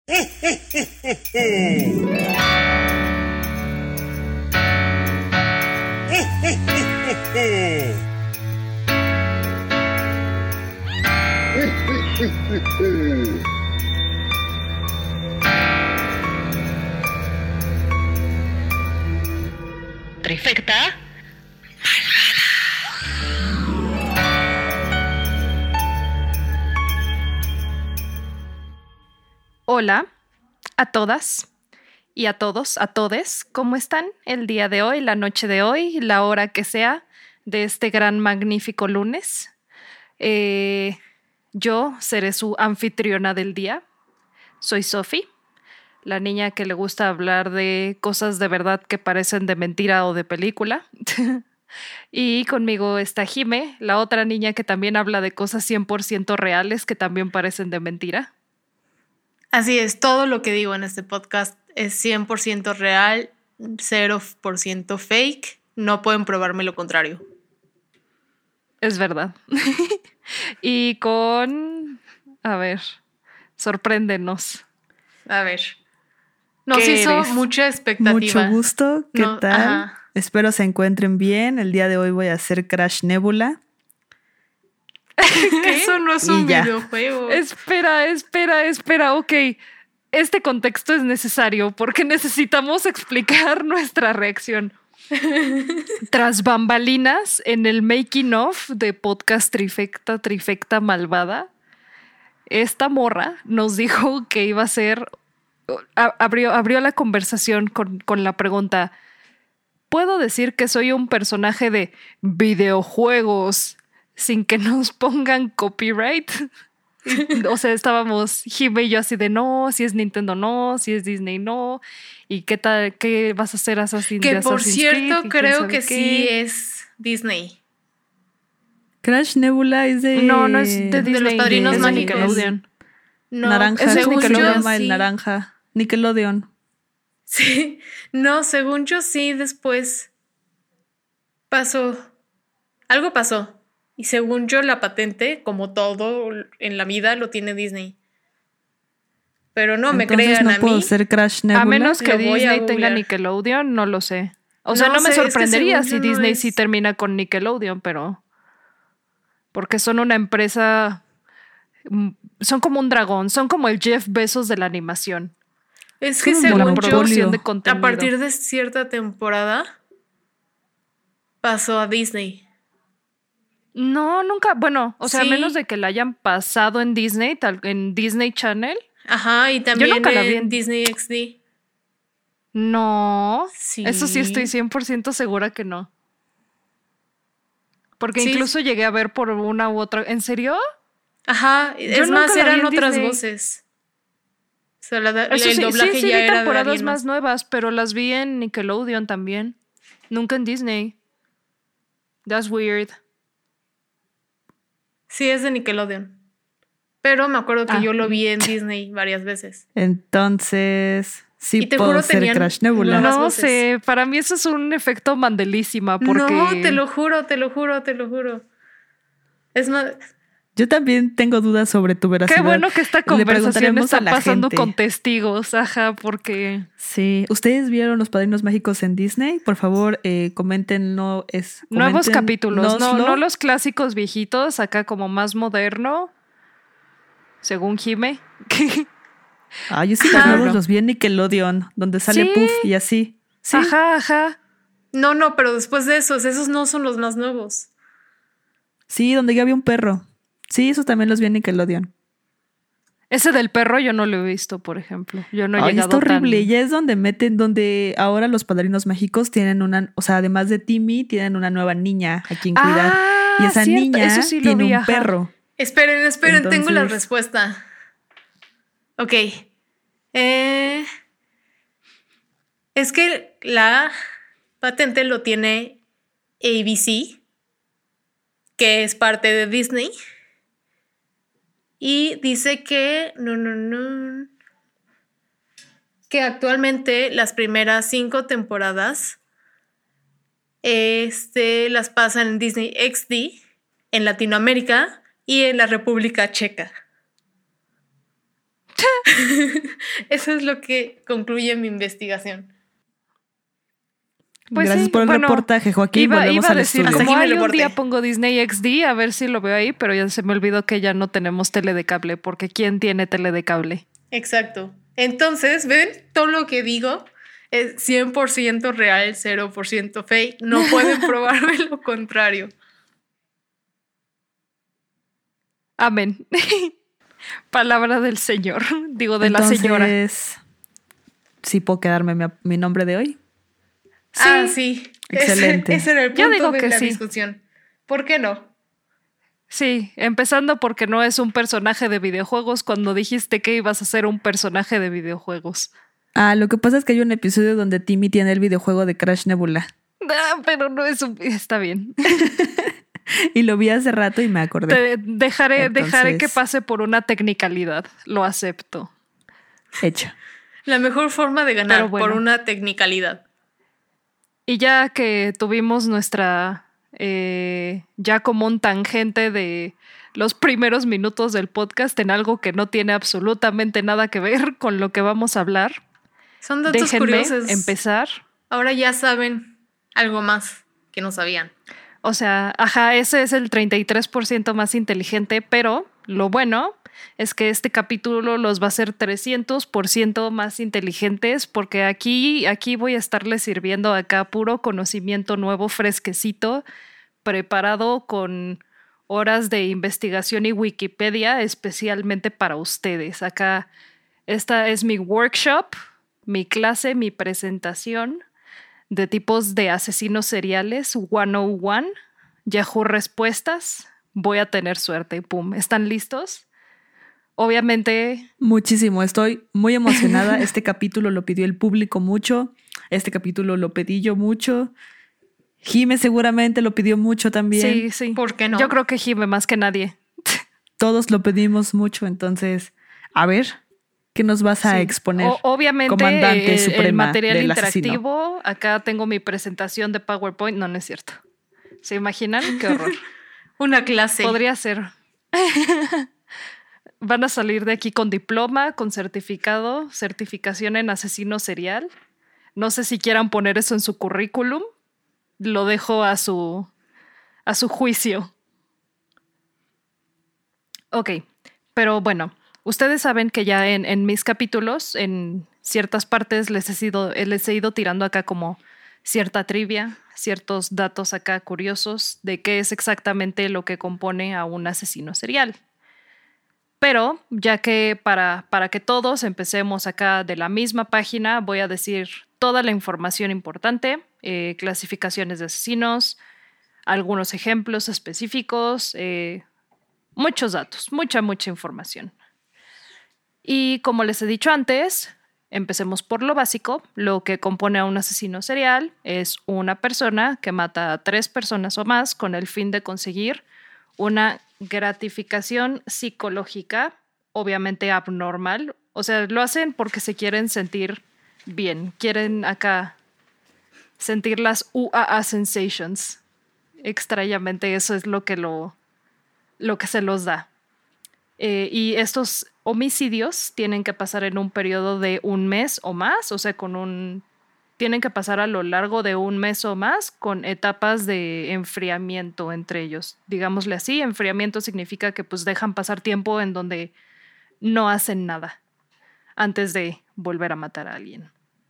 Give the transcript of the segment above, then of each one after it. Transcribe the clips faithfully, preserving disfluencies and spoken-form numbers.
Trifecta Hola a todas y a todos, a todes, ¿cómo están el día de hoy, la noche de hoy, la hora que sea de este gran magnífico lunes? Eh, yo seré su anfitriona del día. Soy Sophie, la niña que le gusta hablar de cosas de verdad que parecen de mentira o de película. Y conmigo está Jime, la otra niña que también habla de cosas cien por ciento reales que también parecen de mentira. Así es, todo lo que digo en este podcast es cien por ciento real, cero por ciento fake. No pueden probarme lo contrario. Es verdad. Y con... A ver, sorpréndenos. A ver. Nos hizo eres? mucha expectativa. Mucho gusto, ¿qué No, tal? ajá. Espero se encuentren bien. El día de hoy voy a hacer Crash Nebula. Eso no es un Y ya. videojuego. Espera, espera, espera. Ok, este contexto es necesario porque necesitamos explicar nuestra reacción. Tras bambalinas, en el making of de podcast Trifecta, Trifecta Malvada, esta morra nos dijo que iba a ser... a- Abrió, abrió la conversación con, con la pregunta: ¿puedo decir que soy un personaje de videojuegos sin que nos pongan copyright? O sea, estábamos Jime y yo así de no, si es Nintendo no, si es Disney no, y qué tal, qué vas a hacer Assassin's Que de por Assassin's Creed, cierto, y quién creo sabe que qué. sí es Disney. Crash Nebula es de... No, no es de de Disney, los Padrinos es de Mágicos. Nickelodeon. No, naranja. eso es ¿Cómo se Nickelodeon. llama el sí. naranja? Nickelodeon. Sí, no, según yo sí, después pasó. Algo pasó. Y según yo, la patente, como todo en la vida, lo tiene Disney. Pero no me Entonces crean no a puedo mí. ser Crash Nebula. A menos que Lo voy a Disney tenga googlear. Nickelodeon, no lo sé. O sea, No no, me sé, es que sorprendería según si yo no Disney es- sí termina con Nickelodeon, pero... Porque son una empresa... mm, Son como un dragón, son como el Jeff Bezos de la animación. Es que Como según yo, producción de monopolio. contenido. a partir de cierta temporada, pasó a Disney. No, nunca, bueno, o sea, Sí. a menos de que la hayan pasado en Disney, tal, en Disney Channel. Ajá, y también nunca la vi en en- Disney X D. No, Sí. eso sí estoy cien por ciento segura que no. Porque Sí. incluso llegué a ver por una u otra. ¿En serio? Ajá, Yo es nunca más, la vi eran en otras Disney. voces. O sea, la- Eso el sí, doblaje sí, sí ya vi era de temporadas alguien más más. nuevas, pero las vi en Nickelodeon también. Nunca en Disney. That's weird. Sí, es de Nickelodeon. Pero me acuerdo que Ah. yo lo vi en Disney varias veces. Entonces, sí Y te puedo juro ser tenían Crash Nebula. nuevas No voces. sé, para mí eso es un efecto Mandelísima porque... No, te lo juro, te lo juro, te lo juro. Es más, Yo también tengo dudas sobre tu veracidad. Qué bueno que esta Le conversación preguntaremos está a la pasando gente. con testigos, ajá, porque... Sí. ¿Ustedes vieron Los Padrinos Mágicos en Disney? Por favor, eh, comenten, no es... Nuevos comenten, capítulos, no, noslo. no los clásicos viejitos, acá como más moderno, según Jime. Ah, yo sí Ajá. los nuevos los vi en Nickelodeon, donde sale Sí. Puff y así. Sí. Ajá, ajá. no, no, pero después de esos, esos no son los más nuevos. Sí, donde ya había un perro. Sí, eso también los vi en Nickelodeon. Ese del perro yo no lo he visto, por ejemplo. Yo no he Ay, llegado está horrible. tan... Ya es donde meten, donde ahora los padrinos mágicos tienen una, o sea, además de Timmy, tienen una nueva niña a quien cuidar. Ah, Y esa cierto, niña eso sí lo tiene vi, un ajá. perro. Esperen, esperen, tengo la Entonces- respuesta. Ok. Eh, es que la patente lo tiene A B C, que es parte de Disney. Y dice que, no, no, no, que actualmente las primeras cinco temporadas este, las pasan en Disney X D, en Latinoamérica y en la República Checa. Eso es lo que concluye mi investigación. Pues Gracias sí, por el bueno, reportaje, Joaquín. Iba, Volvemos iba a al decir, estudio. Hasta aquí como mi hay un reporte. día pongo Disney X D, a ver si lo veo ahí, pero ya se me olvidó que ya no tenemos tele de cable, porque ¿quién tiene tele de cable? Exacto. Entonces, ¿ven? Todo lo que digo es cien por ciento real, cero por ciento fake. No pueden probarme lo contrario. Amén. Palabra del Señor, digo de la señora. Entonces, ¿sí puedo quedarme mi, mi nombre de hoy? Sí, ah, sí. Excelente. Ese, ese era el Yo punto digo de que la sí. discusión. ¿Por qué no? Sí, empezando porque no es un personaje de videojuegos cuando dijiste que ibas a ser un personaje de videojuegos. Ah, lo que pasa es que hay un episodio donde Timmy tiene el videojuego de Crash Nebula. Ah, pero no es un... Está bien. Y lo vi hace rato y me acordé. Te dejaré, Entonces, dejaré que pase por una tecnicalidad. Lo acepto. Hecho. La mejor forma de ganar bueno. por una tecnicalidad. Y ya que tuvimos nuestra eh, ya como un tangente de los primeros minutos del podcast en algo que no tiene absolutamente nada que ver con lo que vamos a hablar, Son datos déjenme curiosos. empezar. Ahora ya saben algo más que no sabían. O sea, ajá, ese es el treinta y tres por ciento más inteligente, pero lo bueno es que este capítulo los va a hacer trescientos por ciento más inteligentes porque aquí, aquí voy a estarles sirviendo acá puro conocimiento nuevo, fresquecito, preparado con horas de investigación y Wikipedia especialmente para ustedes. Acá esta es mi workshop, mi clase, mi presentación de tipos de asesinos seriales ciento uno, Yahoo Respuestas. Voy a tener suerte, pum. ¿Están listos? Obviamente. Muchísimo, estoy muy emocionada. Este capítulo lo pidió el público mucho. Este capítulo lo pedí yo mucho. Jime seguramente lo pidió mucho también. Sí, sí. ¿Por qué no? Yo creo que Jime más que nadie. Todos lo pedimos mucho, entonces, a ver, ¿qué nos vas a Sí. exponer? O, obviamente, Comandante el, Suprema el material del interactivo. Acá tengo mi presentación de PowerPoint. No, no es cierto. ¿Se imaginan? Qué horror. Una clase. Podría ser. Van a salir de aquí con diploma, con certificado, certificación en asesino serial. No sé si quieran poner eso en su currículum. Lo dejo a su, a su juicio. Ok, pero bueno, ustedes saben que ya en, en mis capítulos, en ciertas partes les he, sido, les he ido tirando acá como cierta trivia, ciertos datos acá curiosos de qué es exactamente lo que compone a un asesino serial. Pero ya que para, para que todos empecemos acá de la misma página, voy a decir toda la información importante, eh, clasificaciones de asesinos, algunos ejemplos específicos, eh, muchos datos, mucha, mucha información. Y como les he dicho antes, empecemos por lo básico. Lo que compone a un asesino serial es una persona que mata a tres personas o más con el fin de conseguir una gratificación psicológica, obviamente abnormal. O sea, lo hacen porque se quieren sentir bien. Quieren acá sentir las U A A sensations. Extrañamente, eso es lo que, lo, lo que se los da. Eh, y estos homicidios tienen que pasar en un periodo de un mes o más, o sea, con un... tienen que pasar a lo largo de un mes o más con etapas de enfriamiento entre ellos. Digámosle así, enfriamiento significa que pues dejan pasar tiempo en donde no hacen nada antes de volver a matar a alguien.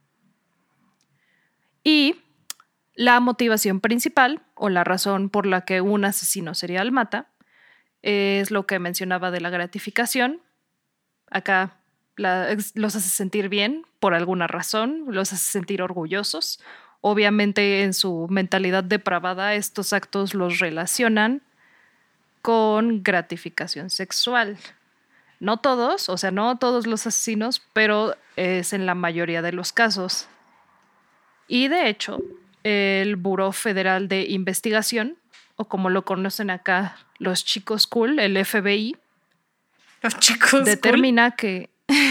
Y la motivación principal o la razón por la que un asesino serial mata es lo que mencionaba de la gratificación. Acá La, los hace sentir bien por alguna razón, los hace sentir orgullosos. Obviamente en su mentalidad depravada estos actos los relacionan con gratificación sexual. No todos, o sea, no todos los asesinos, pero es en la mayoría de los casos. Y de hecho, el Buró Federal de Investigación, o como lo conocen acá los chicos cool, el F B I, Los chicos determina cool. que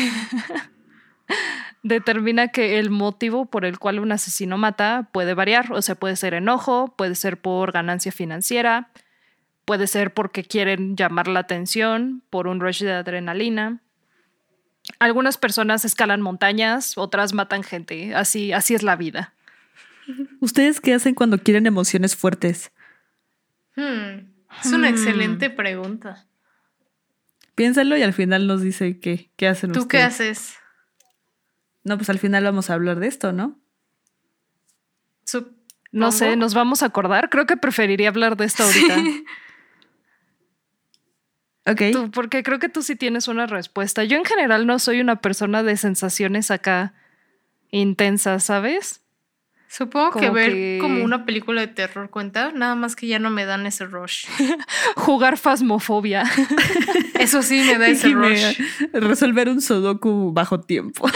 determina que el motivo por el cual un asesino mata puede variar, o sea, puede ser enojo, puede ser por ganancia financiera, puede ser porque quieren llamar la atención, por un rush de adrenalina. Algunas personas escalan montañas, otras matan gente. Así, así es la vida. ¿Ustedes qué hacen cuando quieren emociones fuertes? Hmm, es una Hmm. excelente pregunta. Piénsalo y al final nos dice qué, qué hacen ¿Tú ustedes. qué haces? No, pues al final vamos a hablar de esto, ¿no? Supongo. No sé, ¿nos vamos a acordar? Creo que preferiría hablar de esto ahorita. Ok. Tú, porque creo que tú sí tienes una respuesta. Yo en general no soy una persona de sensaciones acá intensas, ¿sabes? Supongo que Como ver que- como una película de terror cuenta, nada más que ya no me dan ese rush. Jugar Phasmophobia. Eso sí me da ese Jime, rush. resolver un sudoku bajo tiempo.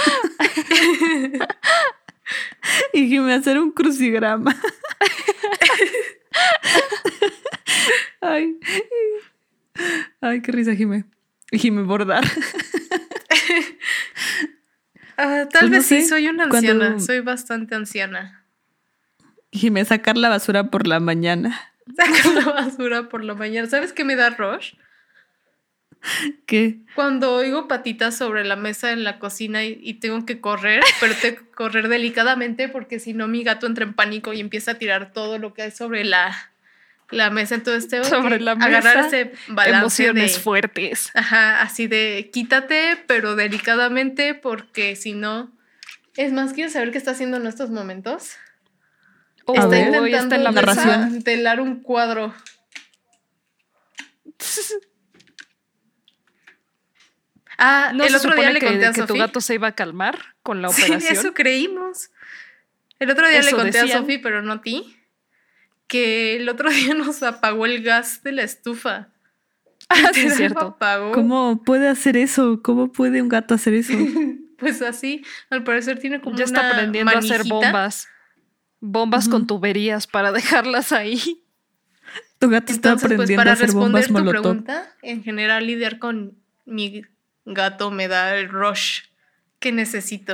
Y Jime, hacer un crucigrama. Ay. Ay, qué risa, Jime. Jime, bordar. Ah, tal Pues no vez sí, sé, soy una cuando- anciana, soy bastante anciana. Jime, sacar la basura por la mañana. Saco la basura por la mañana. ¿Sabes qué me da rush? ¿Qué? Cuando oigo patitas sobre la mesa en la cocina y, y tengo que correr, pero tengo que correr delicadamente porque si no mi gato entra en pánico y empieza a tirar todo lo que hay sobre la, la mesa. Entonces tengo Sobre que la agarrar mesa, ese balance Emociones de... fuertes. Ajá, así de quítate, pero delicadamente porque si no... Es más, ¿quieres saber qué está haciendo en estos momentos? Oh, Está ver. intentando está en la mesa. Narración. desmantelar un cuadro. Ah, ¿No el se otro día supone le que, conté a que tu Sofi. gato se iba a calmar con la Sí, operación? eso creímos. El otro día Eso le conté decían. a Sofi, pero no a ti, que el otro día nos apagó el gas de la estufa. Ah, sí, es Literal, cierto. apagó. ¿Cómo puede hacer eso? ¿Cómo puede un gato hacer eso? Pues así, al parecer tiene como Ya está una aprendiendo a hacer manijita. bombas. Bombas Ujú. con tuberías para dejarlas ahí. Tu gato está Entonces, pues aprendiendo a para hacer responder bombas tu molotov. pregunta, en general lidiar con mi gato me da el rush que necesito.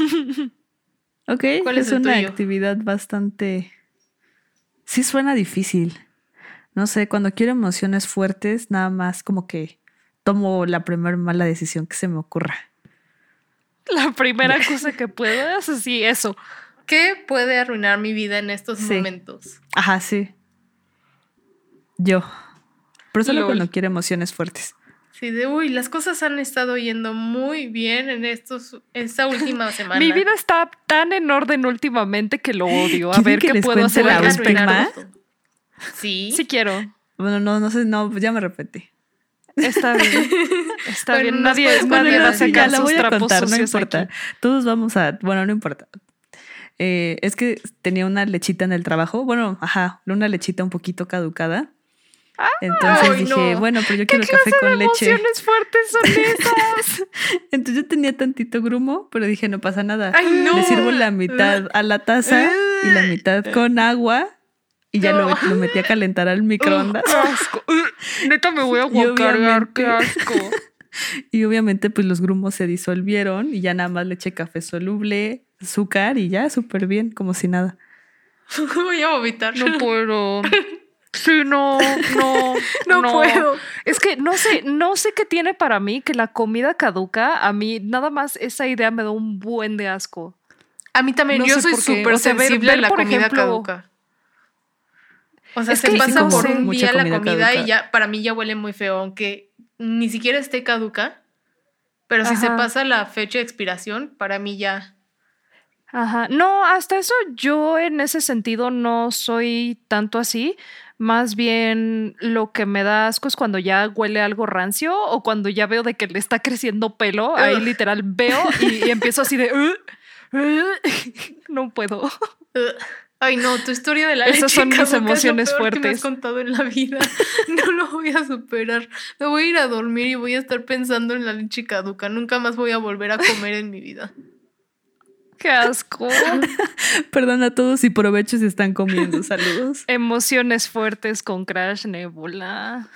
Ok, ¿Cuál es, es el una tuyo? actividad bastante... Sí suena difícil. No sé, cuando quiero emociones fuertes, nada más como que tomo la primera mala decisión que se me ocurra. La primera cosa que puedas, sí, eso. ¿Qué puede arruinar mi vida en estos Sí. momentos? Ajá, sí. Yo. Pero solo Lol. cuando quiero emociones fuertes. Sí, de uy, las cosas han estado yendo muy bien en estos, esta última semana. Mi vida está tan en orden últimamente que lo odio. A ¿Quieren ver que qué les puedo cuente hacer la al respecto. última? Sí. Sí quiero. Bueno, no, no sé, no, ya me repetí. Está bien. Está Bueno, bien. ¿nos Nadie, puedes nadie contar va a así? sacar Ya la sus voy a trapos contar, no sucios importa. aquí. Todos vamos a... Bueno, no importa. Eh, es que tenía una lechita en el trabajo. Bueno, ajá, una lechita un poquito caducada. Entonces Ay, dije, no. bueno, pero yo quiero café con leche. Emociones fuertes son esas. Entonces yo tenía tantito grumo, pero dije, no pasa nada. Ay, no. Le sirvo la mitad a la taza y la mitad con agua y ya No. lo, lo metí a calentar al microondas. Qué asco. Uh, Neta me voy a Y guacarear. Qué obviamente- asco. Y obviamente pues los grumos se disolvieron y ya nada más le eché café soluble, azúcar y ya súper bien, como si nada. Voy a vomitar. No puedo. Sí, no, no, No puedo. Es que no sé, no sé qué tiene para mí que la comida caduca. A mí nada más esa idea me da un buen de asco. A mí también, No yo sé soy por qué. súper O sea, ver- sensible ver, a la por comida ejemplo- caduca. O sea, Es se que pasa no por sé. un Mucha día la comida comida caduca. y ya para mí ya huele muy feo, aunque ni siquiera esté caduca. Pero si se Ajá. pasa la fecha de expiración, para mí ya. Ajá. No, hasta eso yo en ese sentido no soy tanto así. Más bien lo que me da asco es cuando ya huele algo rancio o cuando ya veo de que le está creciendo pelo. Ahí Ugh. literal veo y, y empiezo así de... "Uh, uh", no puedo. Ugh. Ay, no, tu historia de la Esas leche son mis caduca emociones es lo peor que me fuertes. has contado en la vida. No lo voy a superar. Me voy a ir a dormir y voy a estar pensando en la leche caduca. Nunca más voy a volver a comer en mi vida. Qué asco. Perdón a todos y provecho si están comiendo. Saludos. Emociones fuertes con Crash Nebula.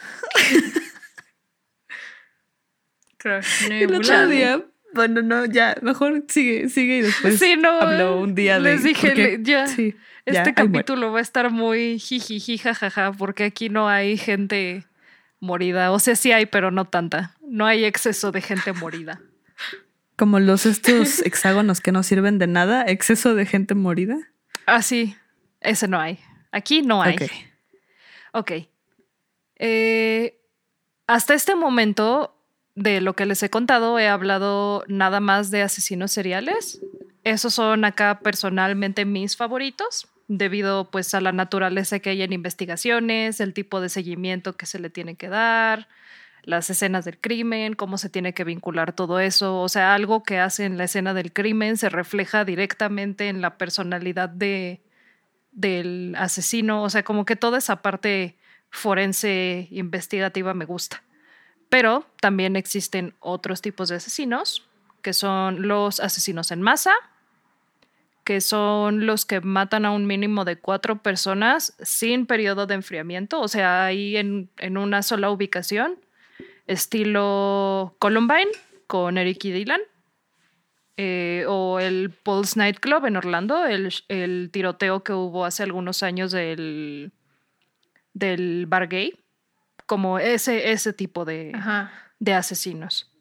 Crash El otro Nebula. día, bueno, no, ya, mejor sigue, sigue y después Sí, no, habló un día de... les dije, porque- le- ya, sí, Este ya, ahí muere. capítulo va a estar muy jijiji, jajaja, porque aquí no hay gente morida. O sea, sí hay, pero no tanta. No hay exceso de gente morida. Como los estos hexágonos que no sirven de nada, exceso de gente morida. Ah, sí, ese no hay. Aquí no hay. Ok. Ok. Eh, hasta este momento, de lo que les he contado, he hablado nada más de asesinos seriales. Esos son acá personalmente mis favoritos, debido pues a la naturaleza que hay en investigaciones, el tipo de seguimiento que se le tiene que dar, las escenas del crimen, cómo se tiene que vincular todo eso. O sea, algo que hace en la escena del crimen se refleja directamente en la personalidad de, del asesino. O sea, como que toda esa parte forense investigativa me gusta. Pero también existen otros tipos de asesinos, que son los asesinos en masa, que son los que matan a un mínimo de cuatro personas sin periodo de enfriamiento, o sea, ahí en, en una sola ubicación, estilo Columbine con Eric y Dylan, eh, o el Pulse Nightclub en Orlando, el, el tiroteo que hubo hace algunos años del, del bar gay, como ese, ese tipo de, de asesinos.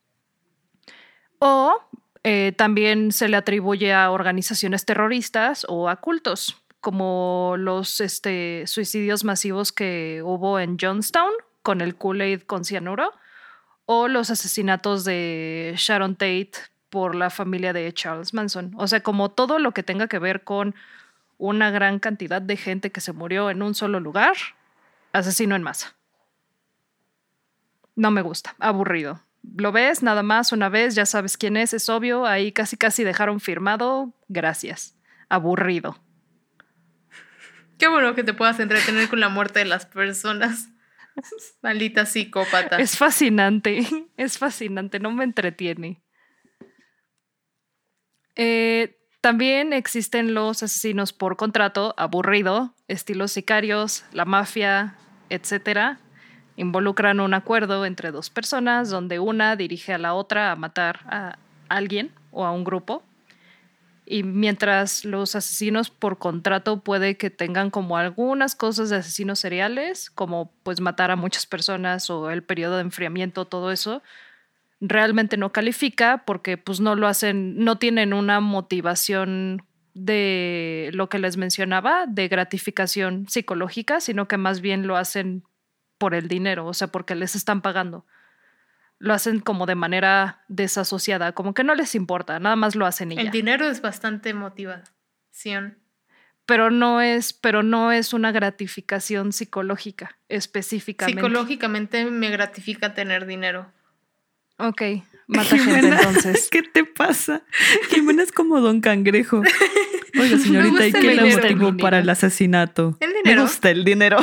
O eh, también se le atribuye a organizaciones terroristas o a cultos, como los este, suicidios masivos que hubo en Johnstown con el Kool-Aid con cianuro, o los asesinatos de Sharon Tate por la familia de Charles Manson. O sea, como todo lo que tenga que ver con una gran cantidad de gente que se murió en un solo lugar, asesino en masa. No me gusta, aburrido. Lo ves nada más una vez, ya sabes quién es, es obvio, ahí casi casi dejaron firmado, gracias. Aburrido. Qué bueno que te puedas entretener con la muerte de las personas. Maldita psicópata. Es fascinante, es fascinante, no me entretiene. Eh, también existen los asesinos por contrato, aburrido, estilos sicarios, la mafia, etcétera. Involucran un acuerdo entre dos personas donde una dirige a la otra a matar a alguien o a un grupo. Y mientras los asesinos por contrato puede que tengan como algunas cosas de asesinos seriales, como pues matar a muchas personas o el periodo de enfriamiento, todo eso, realmente no califica porque pues no lo hacen, no tienen una motivación de lo que les mencionaba, de gratificación psicológica, sino que más bien lo hacen por el dinero, o sea, porque les están pagando. Lo hacen como de manera desasociada, como que no les importa, nada más lo hacen y ya. El dinero es bastante motivación. Pero no es, pero no es una gratificación psicológica, específicamente. Psicológicamente me gratifica tener dinero. Ok, mata gente entonces. ¿Qué te pasa? Jimena es como Don Cangrejo. Oiga, señorita, ¿y qué le motivó para el asesinato? El dinero. Me gusta el dinero.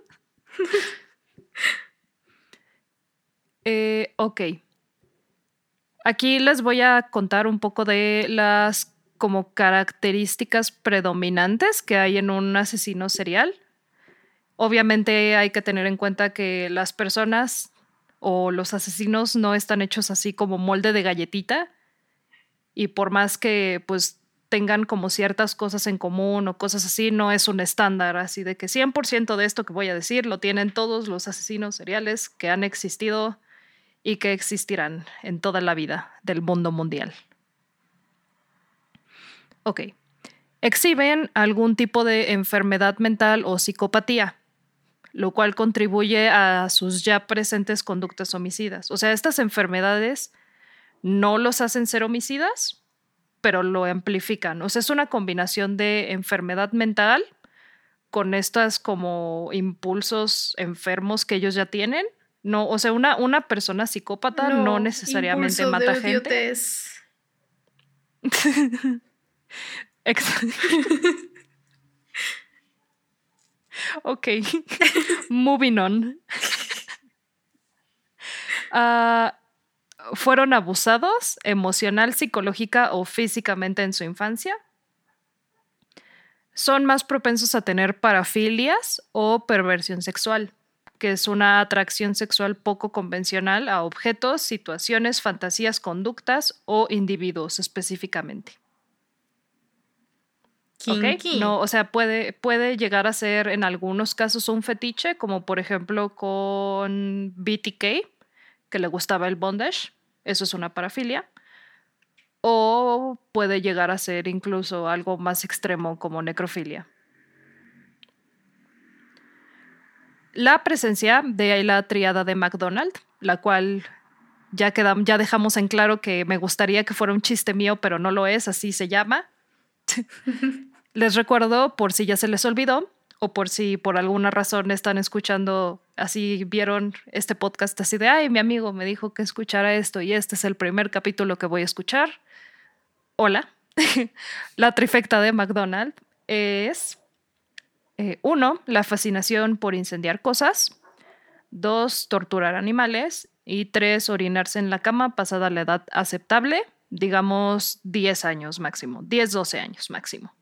Eh, ok. Aquí les voy a contar un poco de las como características predominantes que hay en un asesino serial. Obviamente hay que tener en cuenta que las personas o los asesinos no están hechos así como molde de galletita, y por más que pues tengan como ciertas cosas en común o cosas así, no es un estándar así de que cien por ciento de esto que voy a decir lo tienen todos los asesinos seriales que han existido y que existirán en toda la vida del mundo mundial. Ok. Exhiben algún tipo de enfermedad mental o psicopatía, lo cual contribuye a sus ya presentes conductas homicidas. O sea, estas enfermedades no los hacen ser homicidas, pero lo amplifican. O sea, es una combinación de enfermedad mental con estas como impulsos enfermos que ellos ya tienen. No, o sea, una, una persona psicópata no, no necesariamente mata gente. Ok, moving on. Uh, fueron abusados emocional, psicológica o físicamente en su infancia. Son más propensos a tener parafilias o perversión sexual, que es una atracción sexual poco convencional a objetos, situaciones, fantasías, conductas o individuos específicamente. Kinky. ¿Ok? No, o sea, puede, puede llegar a ser en algunos casos un fetiche, como por ejemplo con B T K, que le gustaba el bondage. Eso es una parafilia. o puede llegar a ser incluso algo más extremo como necrofilia. La presencia de ahí la triada de McDonald, la cual ya, quedamos, ya dejamos en claro que me gustaría que fuera un chiste mío, pero no lo es, así se llama. Les recuerdo, por si ya se les olvidó, o por si por alguna razón están escuchando, así vieron este podcast así de, ay, mi amigo me dijo que escuchara esto y este es el primer capítulo que voy a escuchar. Hola. La trifecta de McDonald es... Eh, uno, la fascinación por incendiar cosas. Dos, torturar animales. Y tres, orinarse en la cama pasada la edad aceptable, digamos diez años máximo, diez, doce años máximo.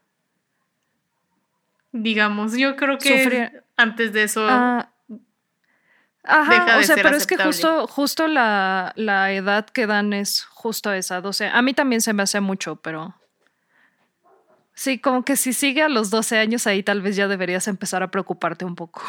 Digamos, yo creo que Sufrir... antes de eso... Uh, ajá, deja de o sea, ser pero aceptable. Es que justo, justo la, la edad que dan es justo esa, doce. A mí también se me hace mucho, pero... Sí, como que si sigue a los doce años ahí tal vez ya deberías empezar a preocuparte un poco.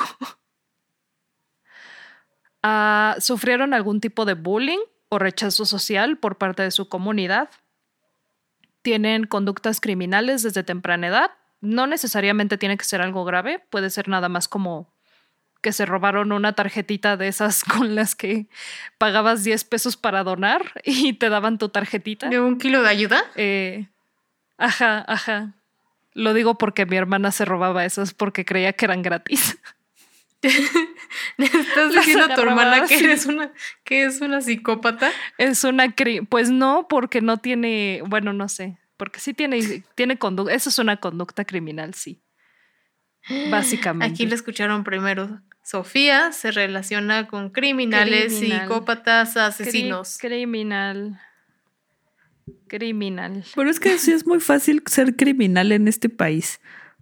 uh, ¿Sufrieron algún tipo de bullying o rechazo social por parte de su comunidad? ¿Tienen conductas criminales desde temprana edad? No necesariamente tiene que ser algo grave, puede ser nada más como que se robaron una tarjetita de esas con las que pagabas diez pesos para donar y te daban tu tarjetita. ¿De un kilo de ayuda? Eh... Ajá, ajá. Lo digo porque mi hermana se robaba esas porque creía que eran gratis. ¿Estás diciendo a tu hermana que eres una, que es una psicópata? Es una... Cri- pues no, porque no tiene... Bueno, no sé. Porque sí tiene, tiene conducta... Eso es una conducta criminal, sí. Básicamente. Aquí lo escucharon primero. Sofía se relaciona con criminales, Criminal. psicópatas, asesinos. Cri- criminal... Criminal. Pero es que sí es muy fácil ser criminal en este país.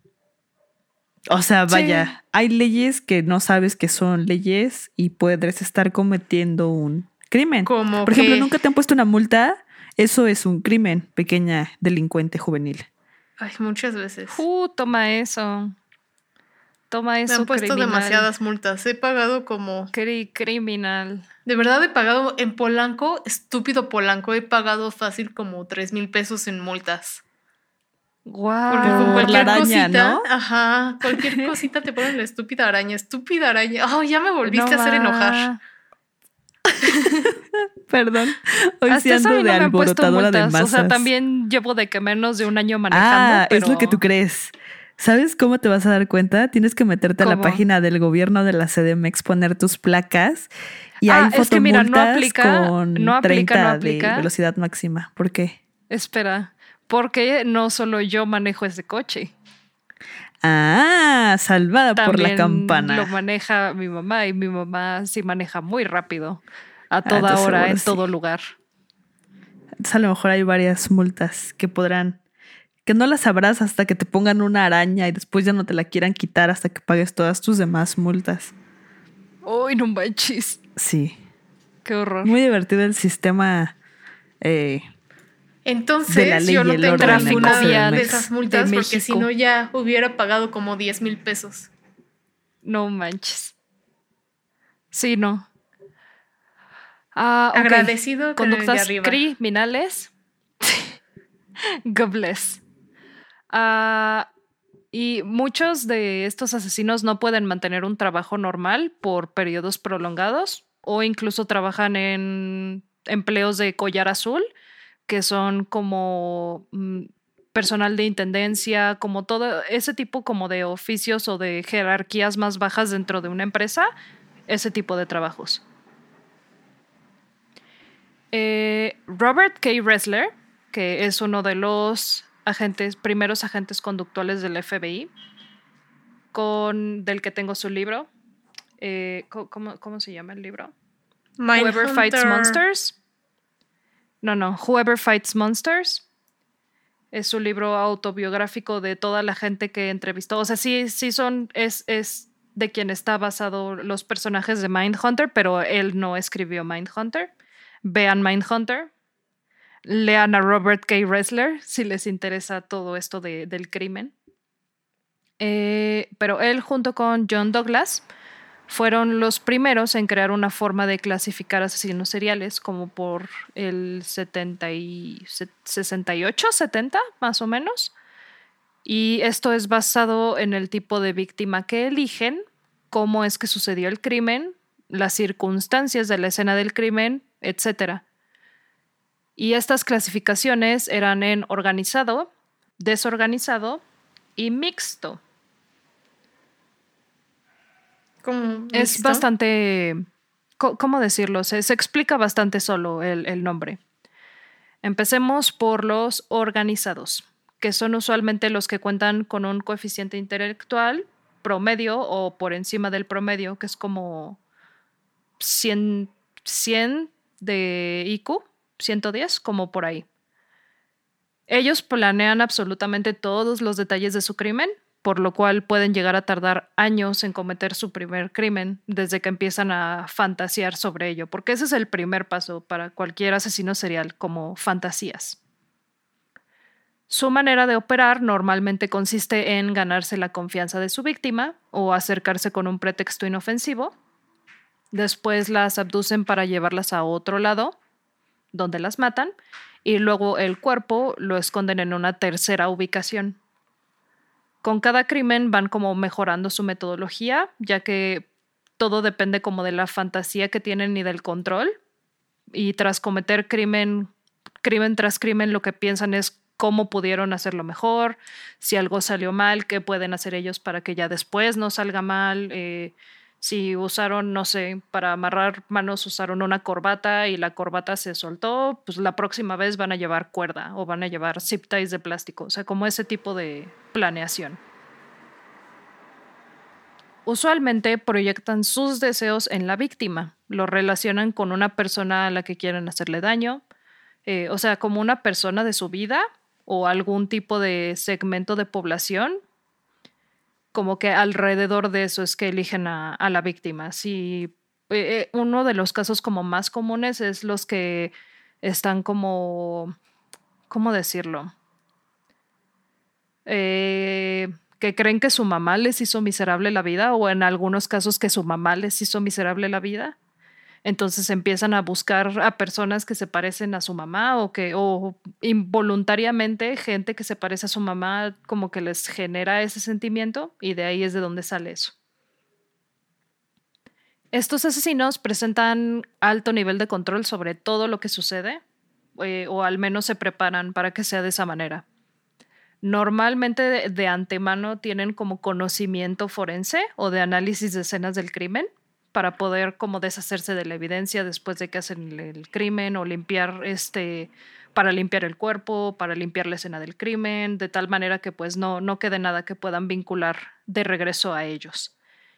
O sea, vaya, sí. Hay leyes que no sabes que son leyes y puedes estar cometiendo un crimen. ¿Cómo Por que? ejemplo, ¿nunca te han puesto una multa? Eso es un crimen, pequeña delincuente juvenil. Ay, muchas veces. Uh, toma eso. Toma eso, me han puesto criminal. demasiadas multas. He pagado como... Cri- criminal. De verdad he pagado en Polanco, estúpido Polanco, he pagado fácil como tres mil pesos en multas. Wow. Porque con cualquier la araña, cosita, ¿no? Ajá, cualquier cosita te ponen la estúpida araña, estúpida araña. Oh, ya me volviste no a hacer va. enojar. Perdón. Hoy Hasta sí ando eso de no me han puesto alborotadora de multas. masas. O sea, también llevo de que menos de un año manejando. Ah, pero... es lo que tú crees. ¿Sabes cómo te vas a dar cuenta? Tienes que meterte ¿Cómo? a la página del gobierno de la C D M X, poner tus placas y ah, hay es que mira, no fotomultas aplica, con no aplica, treinta no aplica. de velocidad máxima. ¿Por qué? Espera, porque no solo yo manejo ese coche. Ah, salvada También por la campana. lo maneja mi mamá y mi mamá sí maneja muy rápido, a toda ah, hora, en sí. todo lugar. Entonces, a lo mejor hay varias multas que podrán, que no las sabrás hasta que te pongan una araña y después ya no te la quieran quitar hasta que pagues todas tus demás multas. Uy, no manches. Sí. Qué horror. Muy divertido el sistema. Eh, Entonces, de la ley yo no y el tengo orden ninguna de de esas multas de porque México. si no ya hubiera pagado como diez mil pesos. No manches. Sí, no. Ah, okay. Agradecido con el de Conductas arriba. criminales. God bless. Ah, y muchos de estos asesinos no pueden mantener un trabajo normal por periodos prolongados o incluso trabajan en empleos de collar azul, que son como mm, personal de intendencia, como todo ese tipo como de oficios o de jerarquías más bajas dentro de una empresa, ese tipo de trabajos. Eh, Robert K. Ressler, que es uno de los agentes, primeros agentes conductuales del F B I, con, del que tengo su libro. Eh, ¿cómo, ¿Cómo se llama el libro? Whoever Fights Monsters. No, no, Whoever Fights Monsters. Es su libro autobiográfico de toda la gente que entrevistó. O sea, sí, sí son, es, es de quien está basado los personajes de Mindhunter, pero él no escribió Mindhunter. Vean Mindhunter. Lean a Robert K. Ressler si les interesa todo esto de, del crimen. Eh, pero él junto con John Douglas Fueron los primeros en crear una forma de clasificar asesinos seriales, como por el setenta y sesenta y ocho, setenta más o menos. Y esto es basado en el tipo de víctima que eligen, cómo es que sucedió el crimen, las circunstancias de la escena del crimen, etcétera. Y estas clasificaciones eran en organizado, desorganizado y mixto. ¿Cómo Es mixto? bastante, ¿cómo decirlo? Se, se explica bastante solo el, el nombre. Empecemos por los organizados, que son usualmente los que cuentan con un coeficiente intelectual promedio o por encima del promedio, que es como cien, cien de I Q, ciento diez, como por ahí. Ellos planean absolutamente todos los detalles de su crimen, por lo cual pueden llegar a tardar años en cometer su primer crimen desde que empiezan a fantasear sobre ello, porque ese es el primer paso para cualquier asesino serial, como fantasías. Su manera de operar normalmente consiste en ganarse la confianza de su víctima o acercarse con un pretexto inofensivo. Después las abducen para llevarlas a otro lado, donde las matan, y luego el cuerpo lo esconden en una tercera ubicación. Con cada crimen van como mejorando su metodología, ya que todo depende como de la fantasía que tienen y del control. Y tras cometer crimen, crimen tras crimen, lo que piensan es cómo pudieron hacerlo mejor, si algo salió mal, qué pueden hacer ellos para que ya después no salga mal. Eh, si usaron, no sé, para amarrar manos usaron una corbata y la corbata se soltó, pues la próxima vez van a llevar cuerda o van a llevar zip ties de plástico, o sea, como ese tipo de planeación. Usualmente proyectan sus deseos en la víctima, lo relacionan con una persona a la que quieren hacerle daño, eh, o sea, como una persona de su vida o algún tipo de segmento de población. Como que alrededor de eso es que eligen a, a la víctima. Sí, eh, uno de los casos como más comunes es los que están como, ¿cómo decirlo? Eh, que creen que su mamá les hizo miserable la vida, o en algunos casos que su mamá les hizo miserable la vida. Entonces empiezan a buscar a personas que se parecen a su mamá o que o involuntariamente gente que se parece a su mamá como que les genera ese sentimiento y de ahí es de donde sale eso. Estos asesinos presentan alto nivel de control sobre todo lo que sucede eh, o al menos se preparan para que sea de esa manera. Normalmente de, de antemano tienen como conocimiento forense o de análisis de escenas del crimen para poder como deshacerse de la evidencia después de que hacen el, el crimen o limpiar este, para limpiar el cuerpo, para limpiar la escena del crimen, de tal manera que pues no, no quede nada que puedan vincular de regreso a ellos.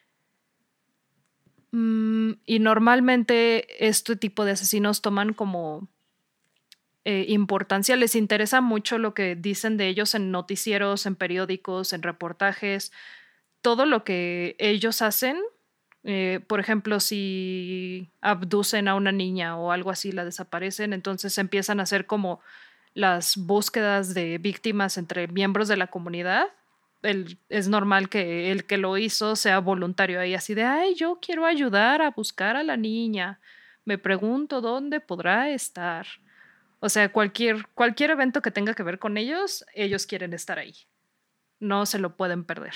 Mm, y normalmente este tipo de asesinos toman como eh, importancia, les interesa mucho lo que dicen de ellos en noticieros, en periódicos, en reportajes, todo lo que ellos hacen. Eh, por ejemplo, si abducen a una niña o algo así, la desaparecen, entonces empiezan a hacer como las búsquedas de víctimas entre miembros de la comunidad. El, es normal que el que lo hizo sea voluntario ahí, así de, ay, yo quiero ayudar a buscar a la niña, me pregunto dónde podrá estar. O sea, cualquier, cualquier evento que tenga que ver con ellos, ellos quieren estar ahí. No se lo pueden perder.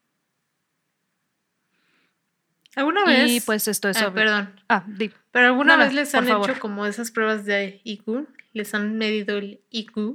¿Alguna vez? Y pues esto es ah, sobre... Perdón. Ah, di. ¿Pero alguna no, vez no, les han favor. hecho como esas pruebas de I Q? ¿Les han medido el I Q?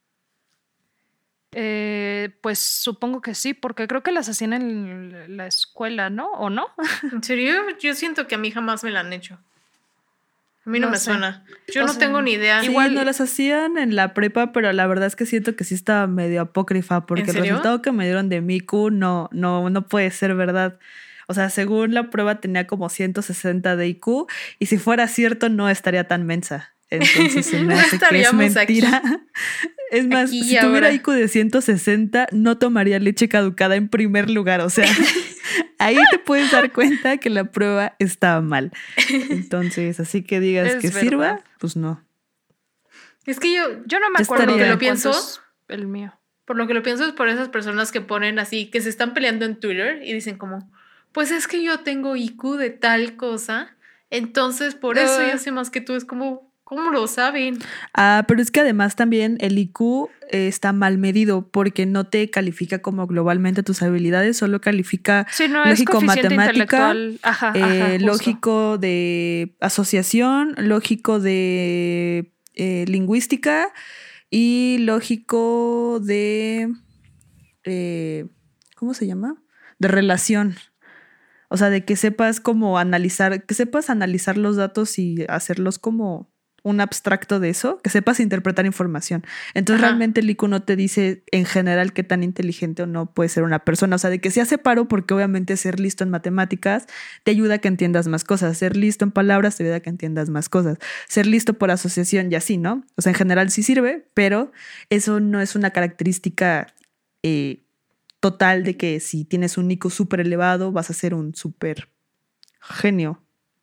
Eh, pues supongo que sí, porque creo que las hacían en la escuela, ¿no? ¿O no? ¿En serio? Yo siento que a mí jamás me la han hecho. A mí no, No me sé. suena. Yo O no sea, tengo ni idea. Sí, Igual- no las hacían en la prepa, pero la verdad es que siento que sí estaba medio apócrifa, porque ¿En el serio? resultado que me dieron de mi I Q no, no, no puede ser verdad. O sea, según la prueba tenía como ciento sesenta de I Q, y si fuera cierto no estaría tan mensa. Entonces se me No hace que es estaríamos mentira. Es más, Aquí y si tuviera ahora. I Q de ciento sesenta, no tomaría leche caducada en primer lugar. O sea, ahí te puedes dar cuenta que la prueba estaba mal. Entonces, así que digas Es que verdad. sirva, pues no. Es que yo, Yo no me Ya acuerdo estaría. de Lo pienso. cuánto es el mío. por lo que lo pienso, es por esas personas que ponen así, que se están peleando en Twitter y dicen como, pues es que yo tengo I Q de tal cosa, entonces por eso Ah. yo sé más que tú. Es como, ¿cómo lo saben? Ah, pero es que además también el I Q eh, está mal medido porque no te califica como globalmente tus habilidades, solo califica Sí, no es lógico coeficiente matemática, intelectual. Ajá, eh, ajá, justo. lógico de asociación, lógico de eh, lingüística y lógico de eh, ¿cómo se llama? De relación. O sea, de que sepas cómo analizar, que sepas analizar los datos y hacerlos como un abstracto de eso, que sepas interpretar información. Entonces, Ajá. realmente el I Q no te dice en general qué tan inteligente o no puede ser una persona. O sea, de que se hace paro porque obviamente ser listo en matemáticas te ayuda a que entiendas más cosas. Ser listo en palabras te ayuda a que entiendas más cosas. Ser listo por asociación y así, ¿no? O sea, en general sí sirve, pero eso no es una característica eh, total de que si tienes un I Q súper elevado vas a ser un súper genio.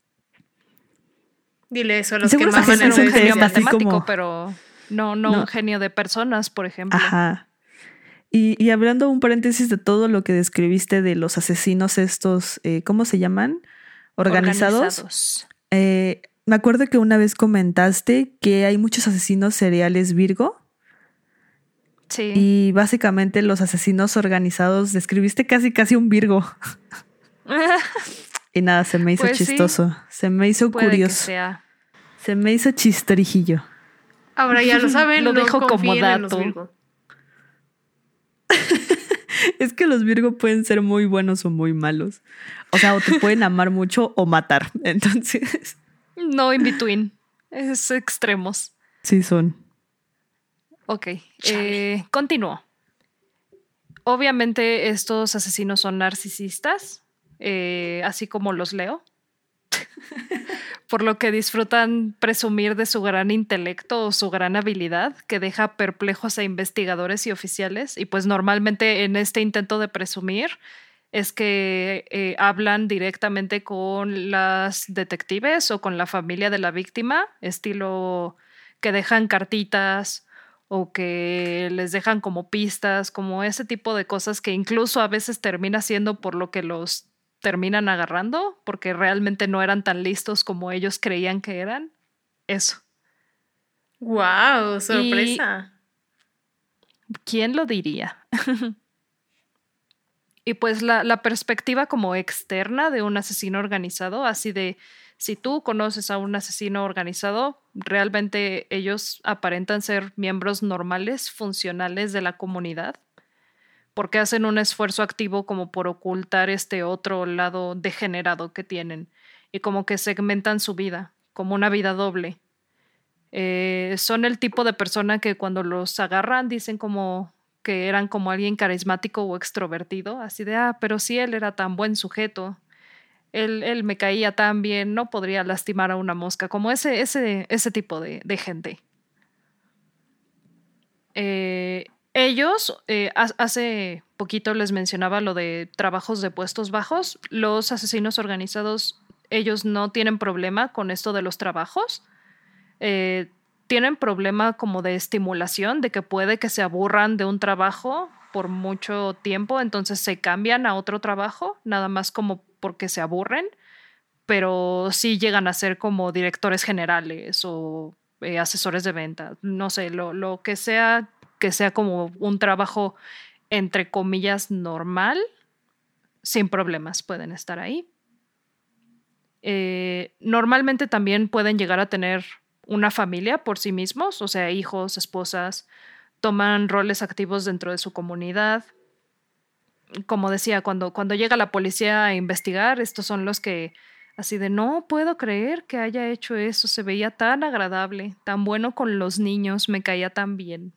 Dile eso a Y los que seguro esa maman gente en Ser un es un redes genio test así sociales. matemático, como- pero no, no, No. un genio de personas, por ejemplo. Ajá. Y, y hablando un paréntesis de todo lo que describiste de los asesinos estos, eh, ¿cómo se llaman? Organizados. Organizados. Eh, me acuerdo que una vez comentaste que hay muchos asesinos seriales Virgo Sí. y básicamente los asesinos organizados describiste casi casi un Virgo. Y nada, se me hizo Pues sí. chistoso. Se me hizo Puede que curioso. sea. Se me hizo chistorijillo. Ahora ya lo saben, Lo no dejo como confíen en los dato. Virgo. Es que los Virgo pueden ser muy buenos o muy malos. O sea, o te pueden amar mucho o matar. Entonces, No in between. Es extremos. sí son. Ok. Eh, continúo. Obviamente estos asesinos son narcisistas, eh, así como los leo. Por lo que disfrutan presumir de su gran intelecto o su gran habilidad, que deja perplejos a investigadores y oficiales. Y pues normalmente en este intento de presumir es que eh, hablan directamente con las detectives o con la familia de la víctima, estilo que dejan cartitas o que les dejan como pistas, como ese tipo de cosas que incluso a veces termina siendo por lo que los terminan agarrando, porque realmente no eran tan listos como ellos creían que eran. Eso. ¡Wow! ¡Sorpresa! ¿Quién lo diría? Y pues la, la perspectiva como externa de un asesino organizado, así de si tú conoces a un asesino organizado, realmente ellos aparentan ser miembros normales, funcionales de la comunidad, porque hacen un esfuerzo activo como por ocultar este otro lado degenerado que tienen y como que segmentan su vida, como una vida doble. Eh, son el tipo de persona que cuando los agarran dicen como que eran como alguien carismático o extrovertido, así de, ah, pero si él era tan buen sujeto, él, él me caía tan bien, no podría lastimar a una mosca, como ese, ese, ese tipo de, de gente. Eh, ellos, eh, hace poquito les mencionaba lo de trabajos de puestos bajos, los asesinos organizados, ellos no tienen problema con esto de los trabajos. Eh, tienen problema como de estimulación, de que puede que se aburran de un trabajo por mucho tiempo, entonces se cambian a otro trabajo, nada más como porque se aburren, pero sí llegan a ser como directores generales o eh, asesores de venta, no sé, lo, lo que sea, que sea como un trabajo entre comillas normal, sin problemas pueden estar ahí. Eh, normalmente también pueden llegar a tener una familia por sí mismos, o sea, hijos, esposas, toman roles activos dentro de su comunidad. Como decía, cuando, cuando llega la policía a investigar, estos son los que así de no puedo creer que haya hecho eso, se veía tan agradable, tan bueno con los niños, me caía tan bien.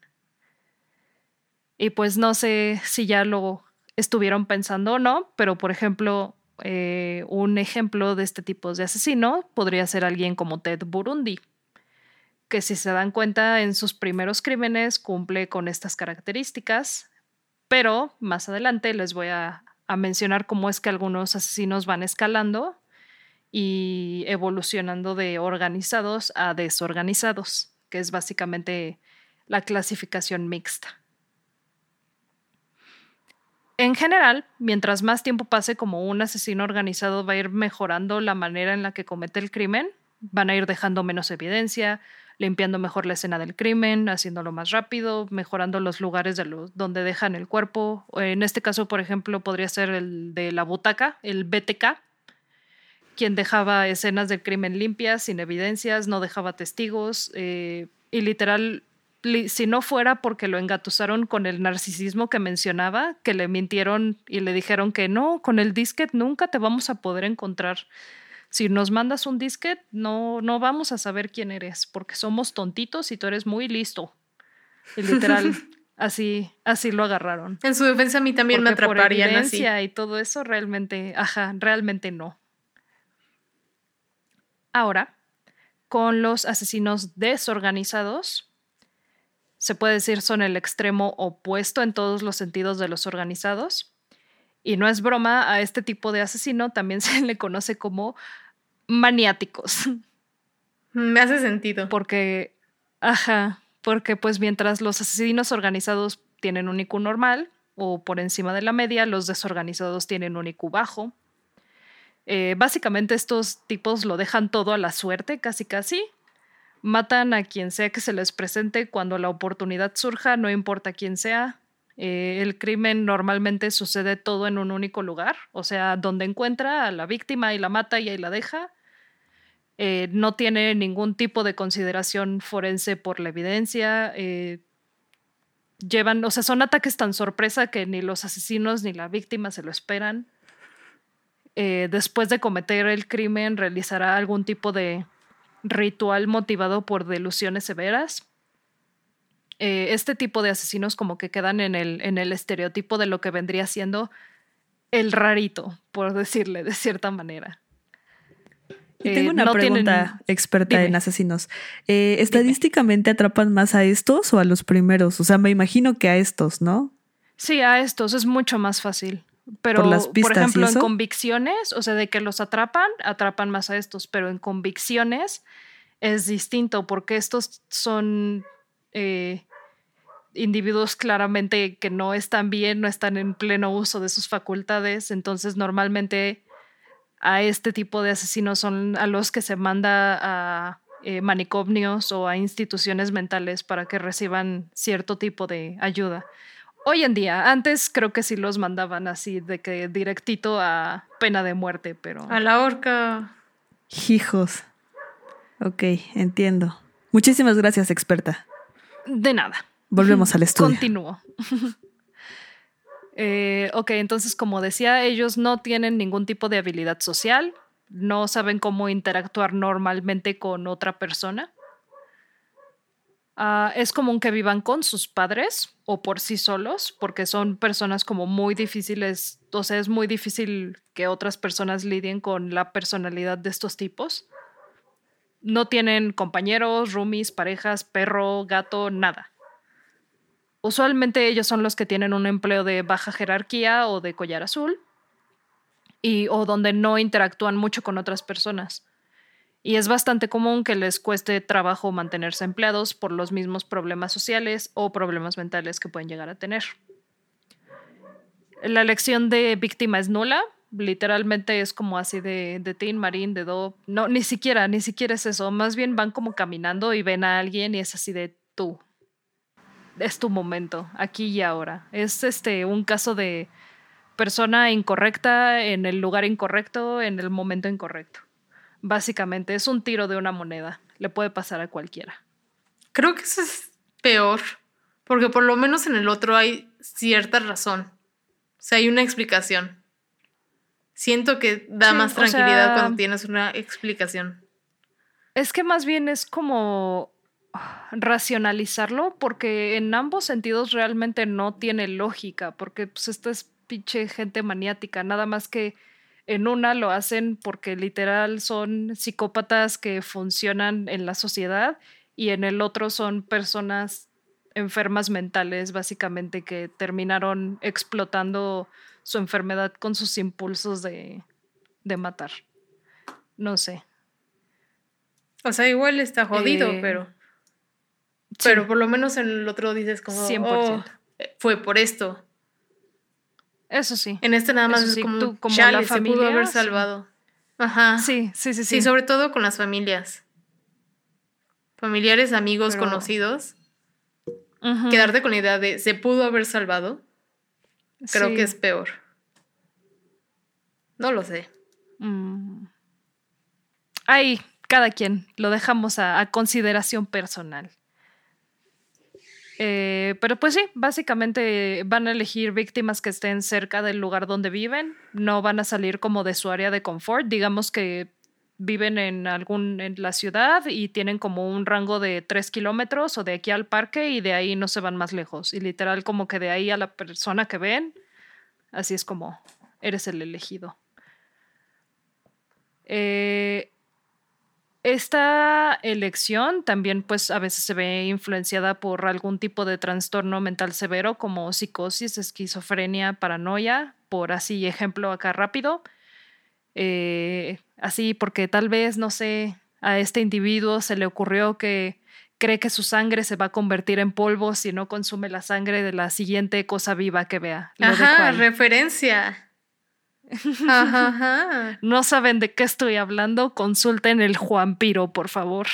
Y pues no sé si ya lo estuvieron pensando o no, pero por ejemplo, eh, un ejemplo de este tipo de asesino podría ser alguien como Ted Bundy, que si se dan cuenta en sus primeros crímenes cumple con estas características, pero más adelante les voy a, a mencionar cómo es que algunos asesinos van escalando y evolucionando de organizados a desorganizados, que es básicamente la clasificación mixta. En general, mientras más tiempo pase, como un asesino organizado va a ir mejorando la manera en la que comete el crimen, van a ir dejando menos evidencia, limpiando mejor la escena del crimen, haciéndolo más rápido, mejorando los lugares de los, donde dejan el cuerpo. En este caso, por ejemplo, podría ser el de la butaca, el B T K, quien dejaba escenas del crimen limpias, sin evidencias, no dejaba testigos, eh, y literal, li, si no fuera porque lo engatusaron con el narcisismo que mencionaba, que le mintieron y le dijeron que no, con el disquete nunca te vamos a poder encontrar. Si nos mandas un disquete, no, no vamos a saber quién eres, porque somos tontitos y tú eres muy listo. Y literal, así, así lo agarraron. En su defensa a mí también porque me atraparían por así. Y todo eso realmente, ajá, realmente no. Ahora, con los asesinos desorganizados, se puede decir son el extremo opuesto en todos los sentidos de los organizados. Y no es broma, a este tipo de asesino también se le conoce como maniáticos. Me hace sentido. Porque, ajá, porque pues mientras los asesinos organizados tienen un I Q normal o por encima de la media, los desorganizados tienen un I Q bajo. Eh, básicamente estos tipos lo dejan todo a la suerte, casi casi. Matan a quien sea que se les presente cuando la oportunidad surja, no importa quién sea. Eh, el crimen normalmente sucede todo en un único lugar, o sea, donde encuentra a la víctima y la mata y ahí la deja. Eh, no tiene ningún tipo de consideración forense por la evidencia. Eh, llevan, o sea, son ataques tan sorpresa que ni los asesinos ni la víctima se lo esperan. Eh, después de cometer el crimen, realizará algún tipo de ritual motivado por delusiones severas. Eh, este tipo de asesinos como que quedan en el, en el estereotipo de lo que vendría siendo el rarito, por decirle de cierta manera. Y tengo una eh, no pregunta tienen... experta Dime. en asesinos. Eh, ¿Estadísticamente Dime. atrapan más a estos o a los primeros? O sea, me imagino que a estos, ¿no? Sí, a estos es mucho más fácil. Pero, por, las pistas, por ejemplo, en convicciones, o sea, de que los atrapan, atrapan más a estos, pero en convicciones es distinto porque estos son eh, individuos claramente que no están bien, no están en pleno uso de sus facultades, entonces normalmente a este tipo de asesinos son a los que se manda a eh, manicomios o a instituciones mentales para que reciban cierto tipo de ayuda. Hoy en día, antes creo que sí los mandaban así, de que directito a pena de muerte, pero... A la horca. Hijos. Ok, entiendo. Muchísimas gracias, experta. De nada. Volvemos al estudio. Continúo. eh, ok, entonces, como decía, ellos no tienen ningún tipo de habilidad social, no saben cómo interactuar normalmente con otra persona. Uh, es común que vivan con sus padres o por sí solos, porque son personas como muy difíciles, o sea, es muy difícil que otras personas lidien con la personalidad de estos tipos. No tienen compañeros, roomies, parejas, perro, gato, nada. Usualmente ellos son los que tienen un empleo de baja jerarquía o de collar azul, y, o donde no interactúan mucho con otras personas. Y es bastante común que les cueste trabajo mantenerse empleados por los mismos problemas sociales o problemas mentales que pueden llegar a tener. La elección de víctima es nula. Literalmente es como así de, de Tin Marín, de Do. No, ni siquiera, ni siquiera es eso. Más bien van como caminando y ven a alguien y es así de tú. Es tu momento, aquí y ahora. Es este un caso de persona incorrecta en el lugar incorrecto, en el momento incorrecto. Básicamente es un tiro de una moneda. Le puede pasar a cualquiera. Creo que eso es peor. Porque por lo menos en el otro hay cierta razón. O sea, hay una explicación. Siento que da sí, más tranquilidad, o sea, cuando tienes una explicación. Es que más bien es como racionalizarlo, porque en ambos sentidos realmente no tiene lógica. Porque pues esta es pinche gente maniática. Nada más que en una lo hacen porque literal son psicópatas que funcionan en la sociedad y en el otro son personas enfermas mentales, básicamente, que terminaron explotando su enfermedad con sus impulsos de, de matar. No sé. O sea, igual está jodido, eh, pero... Sí. Pero por lo menos en el otro dices como... cien por ciento. Oh, fue por esto. Eso sí. En este nada más Eso es sí, como, tú, como chale, la se familia, pudo haber sí. salvado. Ajá. Sí, sí, sí, sí. Sí, sobre todo con las familias. Familiares, amigos, Pero- conocidos. Ujú. Quedarte con la idea de se pudo haber salvado, creo Sí. que es peor. No lo sé. Mm. Ahí, cada quien, lo dejamos a, a consideración personal. Eh, pero pues sí, básicamente van a elegir víctimas que estén cerca del lugar donde viven, no van a salir como de su área de confort, digamos que viven en algún en la ciudad y tienen como un rango de tres kilómetros o de aquí al parque y de ahí no se van más lejos y literal como que de ahí a la persona que ven, así es como eres el elegido. Eh, Esta elección también pues a veces se ve influenciada por algún tipo de trastorno mental severo como psicosis, esquizofrenia, paranoia, por así ejemplo acá rápido. Eh, así porque tal vez, no sé, a este individuo se le ocurrió que cree que su sangre se va a convertir en polvo si no consume la sangre de la siguiente cosa viva que vea. Lo dejo Ajá, ahí. referencia. Ajá, ajá. No saben de qué estoy hablando, consulten el Juanpiro, por favor.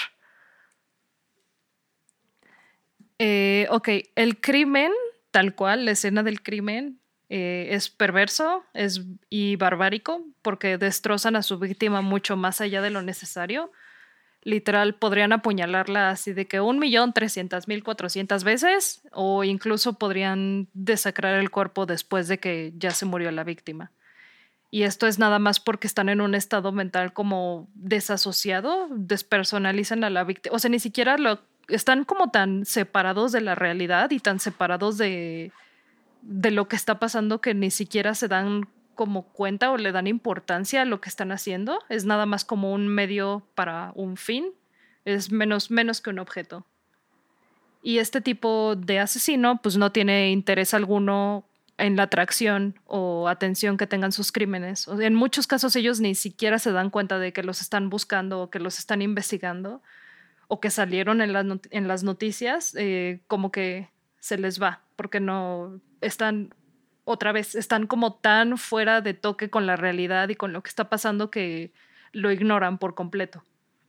Eh, ok, el crimen, tal cual, la escena del crimen eh, es perverso es, y barbárico porque destrozan a su víctima mucho más allá de lo necesario. Literal, podrían apuñalarla así de que un millón trescientas mil cuatrocientas veces o incluso podrían desacrar el cuerpo después de que ya se murió la víctima. Y esto es nada más porque están en un estado mental como desasociado, despersonalizan a la víctima. O sea, ni siquiera lo, están como tan separados de la realidad y tan separados de, de lo que está pasando que ni siquiera se dan como cuenta o le dan importancia a lo que están haciendo. Es nada más como un medio para un fin. Es menos, menos que un objeto. Y este tipo de asesino pues no tiene interés alguno en la atracción o atención que tengan sus crímenes. O sea, en muchos casos ellos ni siquiera se dan cuenta de que los están buscando o que los están investigando o que salieron en las, not- en las noticias, eh, como que se les va, porque no están, otra vez, están como tan fuera de toque con la realidad y con lo que está pasando que lo ignoran por completo.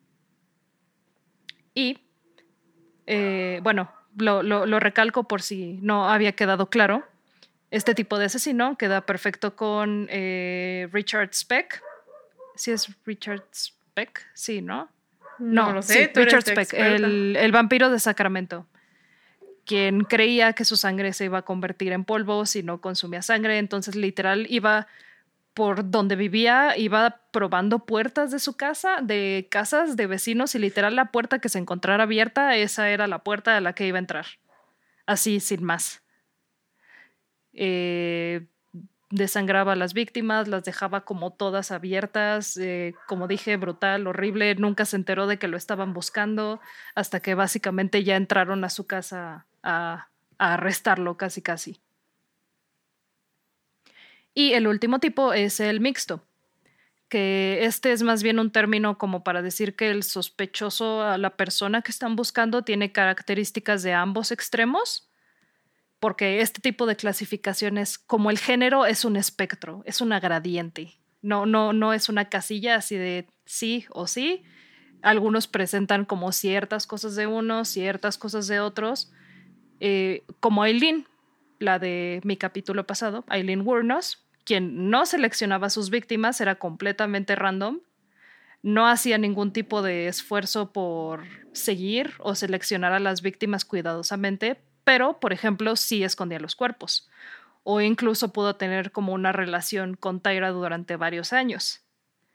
Y, eh, bueno, lo, lo, lo recalco por si no había quedado claro. Este tipo de asesino queda perfecto con eh, Richard Speck. ¿Sí es Richard Speck? Sí, ¿no? No, No, lo sé, sí, tú eres Richard la Speck, experta. el, el vampiro de Sacramento, quien creía que su sangre se iba a convertir en polvo si no consumía sangre, entonces literal iba por donde vivía, iba probando puertas de su casa, de casas de vecinos y literal la puerta que se encontrara abierta, esa era la puerta a la que iba a entrar, así sin más. Eh, desangraba a las víctimas, las dejaba como todas abiertas, eh, como dije, brutal, horrible, nunca se enteró de que lo estaban buscando hasta que básicamente ya entraron a su casa a, a arrestarlo casi casi. Y el último tipo es el mixto, que este es más bien un término como para decir que el sospechoso a la persona que están buscando tiene características de ambos extremos, porque este tipo de clasificaciones, como el género, es un espectro, es una gradiente. No, no, no es una casilla así de sí o sí. Algunos presentan como ciertas cosas de unos, ciertas cosas de otros. Eh, como Aileen, la de mi capítulo pasado, Aileen Wuornos, quien no seleccionaba a sus víctimas, era completamente random. No hacía ningún tipo de esfuerzo por seguir o seleccionar a las víctimas cuidadosamente, pero, por ejemplo, sí escondía los cuerpos. O incluso pudo tener como una relación con Tyra durante varios años.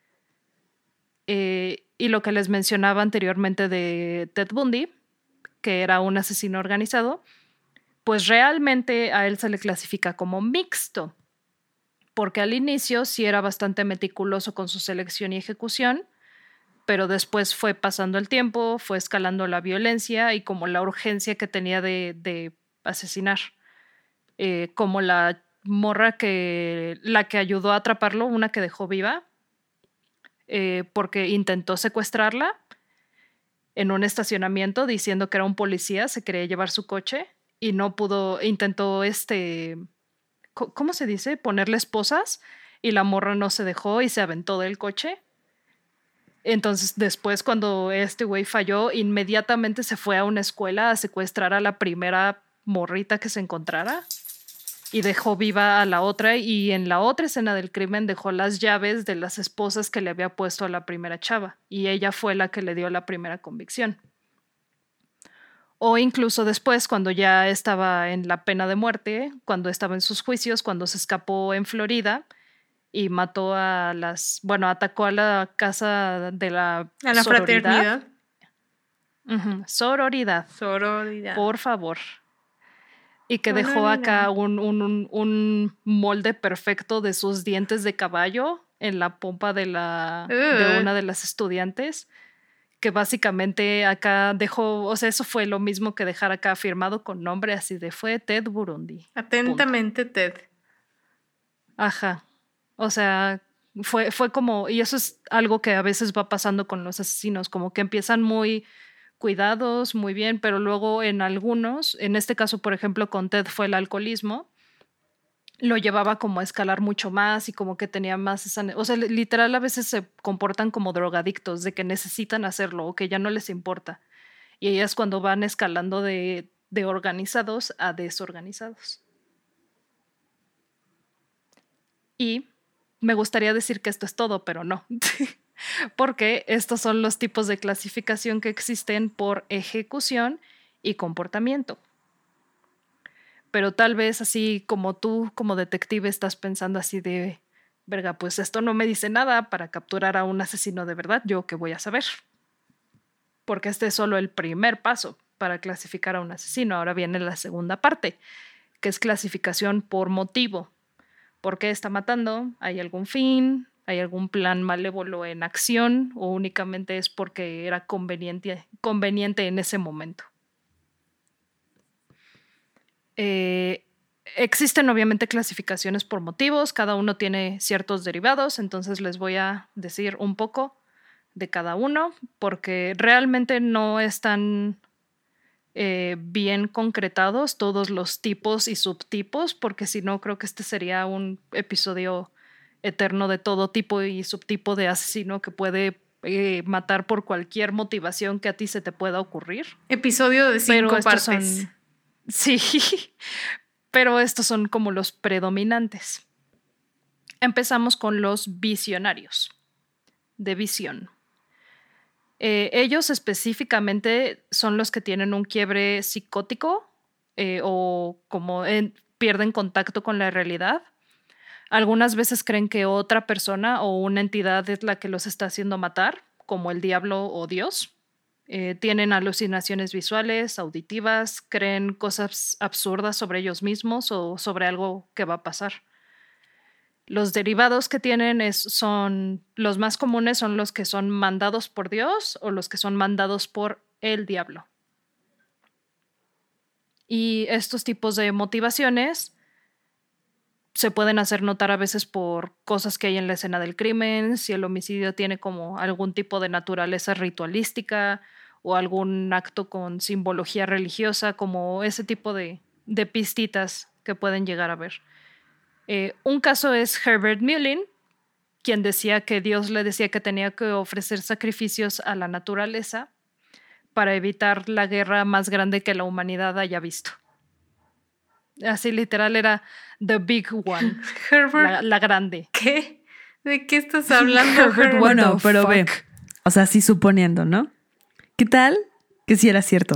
Eh, y lo que les mencionaba anteriormente de Ted Bundy, que era un asesino organizado, pues realmente a él se le clasifica como mixto, porque al inicio sí era bastante meticuloso con su selección y ejecución, pero después fue pasando el tiempo, fue escalando la violencia y como la urgencia que tenía de, de asesinar. Eh, como la morra que, la que ayudó a atraparlo, una que dejó viva, eh, porque intentó secuestrarla en un estacionamiento diciendo que era un policía, se quería llevar su coche y no pudo, intentó este, ¿cómo se dice? Ponerle esposas y la morra no se dejó y se aventó del coche. Entonces después cuando este güey falló, inmediatamente se fue a una escuela a secuestrar a la primera morrita que se encontrara y dejó viva a la otra, y en la otra escena del crimen dejó las llaves de las esposas que le había puesto a la primera chava, y ella fue la que le dio la primera convicción. O incluso después, cuando ya estaba en la pena de muerte, cuando estaba en sus juicios, cuando se escapó en Florida y mató a las, bueno, atacó a la casa de la A la sororidad. fraternidad. Uh-huh. Sororidad. Sororidad. Por favor. Y que dejó acá un, un, un, un molde perfecto de sus dientes de caballo en la pompa de, la, uh. de una de las estudiantes. Que básicamente acá dejó, o sea, eso fue lo mismo que dejar acá firmado con nombre, así de fue Ted Bundy. Atentamente, punto. Ted. Ajá. O sea, fue, fue como, y eso es algo que a veces va pasando con los asesinos, como que empiezan muy cuidados, muy bien, pero luego en algunos, en este caso, por ejemplo, con Ted fue el alcoholismo, lo llevaba como a escalar mucho más y como que tenía más esa, o sea, literal a veces se comportan como drogadictos, de que necesitan hacerlo o que ya no les importa. Y ellas cuando van escalando de, de organizados a desorganizados. Y me gustaría decir que esto es todo, pero no. Porque estos son los tipos de clasificación que existen por ejecución y comportamiento. Pero tal vez así como tú, como detective, estás pensando así de, verga, pues esto no me dice nada para capturar a un asesino de verdad, ¿yo qué voy a saber? Porque este es solo el primer paso para clasificar a un asesino. Ahora viene la segunda parte, que es clasificación por motivo. ¿Por qué está matando? ¿Hay algún fin? ¿Hay algún plan malévolo en acción? ¿O únicamente es porque era conveniente, conveniente en ese momento? Eh, existen obviamente clasificaciones por motivos, cada uno tiene ciertos derivados, entonces les voy a decir un poco de cada uno, porque realmente no están eh, bien concretados todos los tipos y subtipos, porque si no creo que este sería un episodio eterno de todo tipo y subtipo de asesino que puede eh, matar por cualquier motivación que a ti se te pueda ocurrir. Episodio de cinco Pero partes. Son... Sí, pero estos son como los predominantes. Empezamos con los visionarios, de visión. Eh, ellos específicamente son los que tienen un quiebre psicótico eh, o como en, pierden contacto con la realidad. Algunas veces creen que otra persona o una entidad es la que los está haciendo matar, como el diablo o Dios. Eh, tienen alucinaciones visuales, auditivas, creen cosas absurdas sobre ellos mismos o sobre algo que va a pasar. Los derivados que tienen es, son los más comunes son los que son mandados por Dios o los que son mandados por el diablo. Y estos tipos de motivaciones se pueden hacer notar a veces por cosas que hay en la escena del crimen, si el homicidio tiene como algún tipo de naturaleza ritualística o algún acto con simbología religiosa, como ese tipo de, de pistitas que pueden llegar a ver. Eh, un caso es Herbert Mullin, quien decía que Dios le decía que tenía que ofrecer sacrificios a la naturaleza para evitar la guerra más grande que la humanidad haya visto. Así literal era the big one, Herbert, la, la grande. ¿Qué? ¿De qué estás hablando? Herbert, bueno, pero fuck? ve, o sea, sí suponiendo, ¿no? ¿Qué tal que sí era cierto?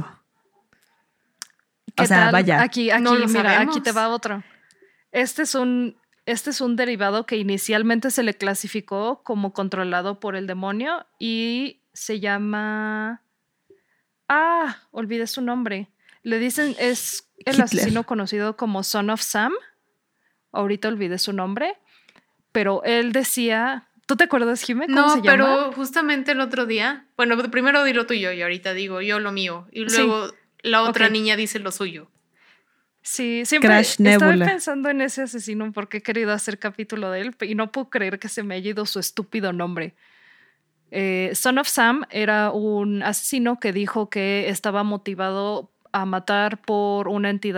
¿Qué o sea, tal? vaya. Aquí, aquí, no lo mira, sabemos. aquí te va otro. Este es un, este es un derivado que inicialmente se le clasificó como controlado por el demonio y se llama... Ah, olvidé su nombre. Le dicen, es el Hitler. asesino conocido como Son of Sam. Ahorita olvidé su nombre. Pero él decía... ¿Tú te acuerdas, Jimé? ¿Cómo no, se llama? pero justamente el otro día... Bueno, primero di lo tuyo y ahorita digo yo lo mío. Y luego Sí. la otra Ok. niña dice lo suyo. Sí, siempre Crash estaba Nebula. pensando en ese asesino porque he querido hacer capítulo de él y no puedo creer que se me haya ido su estúpido nombre. Eh, Son of Sam era un asesino que dijo que estaba motivado a matar por una entidad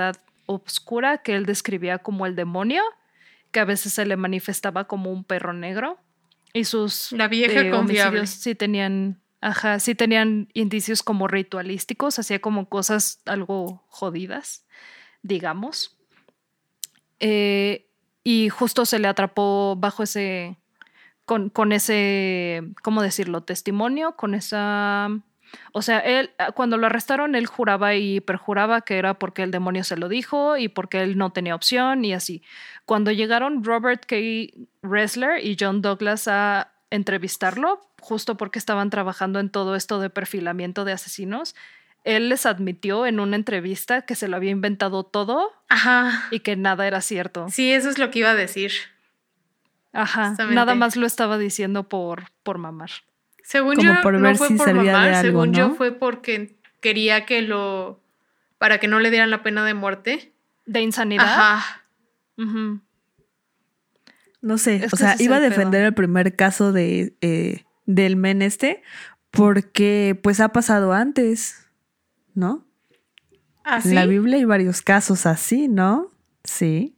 oscura que él describía como el demonio, que a veces se le manifestaba como un perro negro. Y sus La vieja eh, confiable. homicidios sí tenían, ajá, sí tenían indicios como ritualísticos, hacía como cosas algo jodidas, digamos. Eh, y justo se le atrapó bajo ese, con, con ese, ¿cómo decirlo? Testimonio, con esa... O sea, él, cuando lo arrestaron, él juraba y perjuraba que era porque el demonio se lo dijo y porque él no tenía opción y así. Cuando llegaron Robert K. Ressler y John Douglas a entrevistarlo, justo porque estaban trabajando en todo esto de perfilamiento de asesinos, él les admitió en una entrevista que se lo había inventado todo Ajá. y que nada era cierto. Sí, eso es lo que iba a decir. Ajá, Justamente. nada más lo estaba diciendo por, por mamar. Según Como yo, por no ver fue si por servía mamar, de algo, según ¿no? yo fue porque quería que lo... para que no le dieran la pena de muerte. ¿De insanidad? Ajá. Ujú. No sé, Es o que sea, ese es iba a el defender pedo. el primer caso de eh, del men este porque pues ha pasado antes, ¿no? ¿Así? En la Biblia hay varios casos así, ¿no? Sí.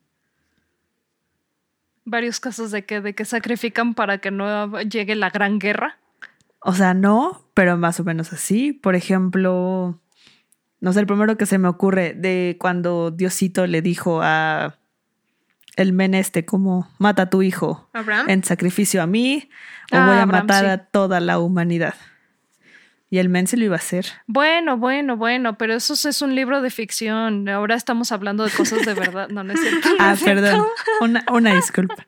Varios casos de que, de que sacrifican para que no llegue la gran guerra. O sea, no, pero más o menos así. Por ejemplo, no sé, el primero que se me ocurre de cuando Diosito le dijo a el men este como mata a tu hijo ¿Abraham? en sacrificio a mí o Ah, voy a Abraham, matar sí. a toda la humanidad. Y el men se lo iba a hacer. Bueno, bueno, bueno, pero eso es un libro de ficción. Ahora estamos hablando de cosas de verdad. No, no es cierto. No Ah, es cierto. perdón. Una, una disculpa.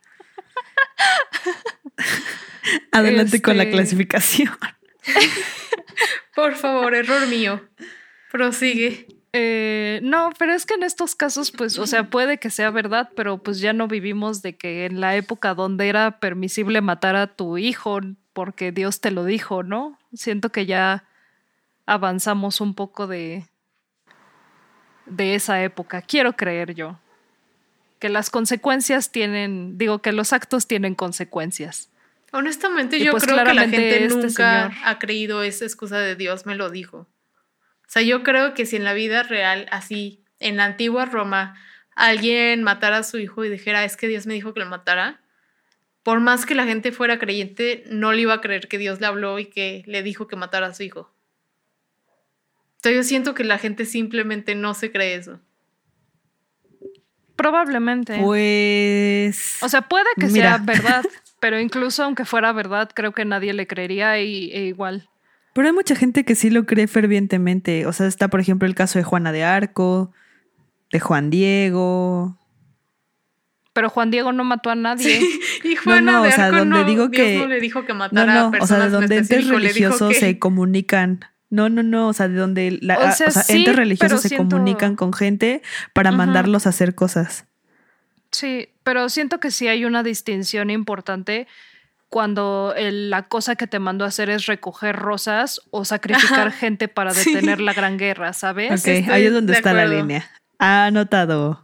Adelante con la Este- clasificación. Por favor, error mío. Prosigue. Eh, no, pero es que en estos casos, pues, o sea, puede que sea verdad, pero pues ya no vivimos de que en la época donde era permisible matar a tu hijo porque Dios te lo dijo, ¿no? Siento que ya avanzamos un poco de, de esa época. Quiero creer yo. Que las consecuencias tienen, digo que los actos tienen consecuencias. Honestamente, Y yo pues creo que la claramente gente este nunca señor- ha creído esa excusa de Dios me lo dijo. O sea, yo creo que si en la vida real, así, en la antigua Roma, alguien matara a su hijo y dijera, es que Dios me dijo que lo matara, por más que la gente fuera creyente, no le iba a creer que Dios le habló y que le dijo que matara a su hijo. Entonces yo siento que la gente simplemente no se cree eso. Probablemente. Pues. O sea, puede que mira. sea verdad, pero incluso aunque fuera verdad, creo que nadie le creería y, e igual. Pero hay mucha gente que sí lo cree fervientemente. O sea, está, por ejemplo, el caso de Juana de Arco, de Juan Diego. Pero Juan Diego no mató a nadie. Y Juana no, de o sea, Arco donde no, digo Dios que- no le dijo que No, matara no, a o sea, personas de donde en entes específico, le dijo religiosos que... se comunican. No, no, no, o sea, de donde la- O sea, o sea, sí, entes pero religiosos se siento- comunican con gente para Ujú. mandarlos a hacer cosas. Sí, pero siento que sí hay una distinción importante cuando el- la cosa que te mandó a hacer es recoger rosas o sacrificar Ajá. gente para Sí. detener la gran guerra, ¿sabes? Ok, estoy ahí es donde de está la acuerdo. línea. Anotado.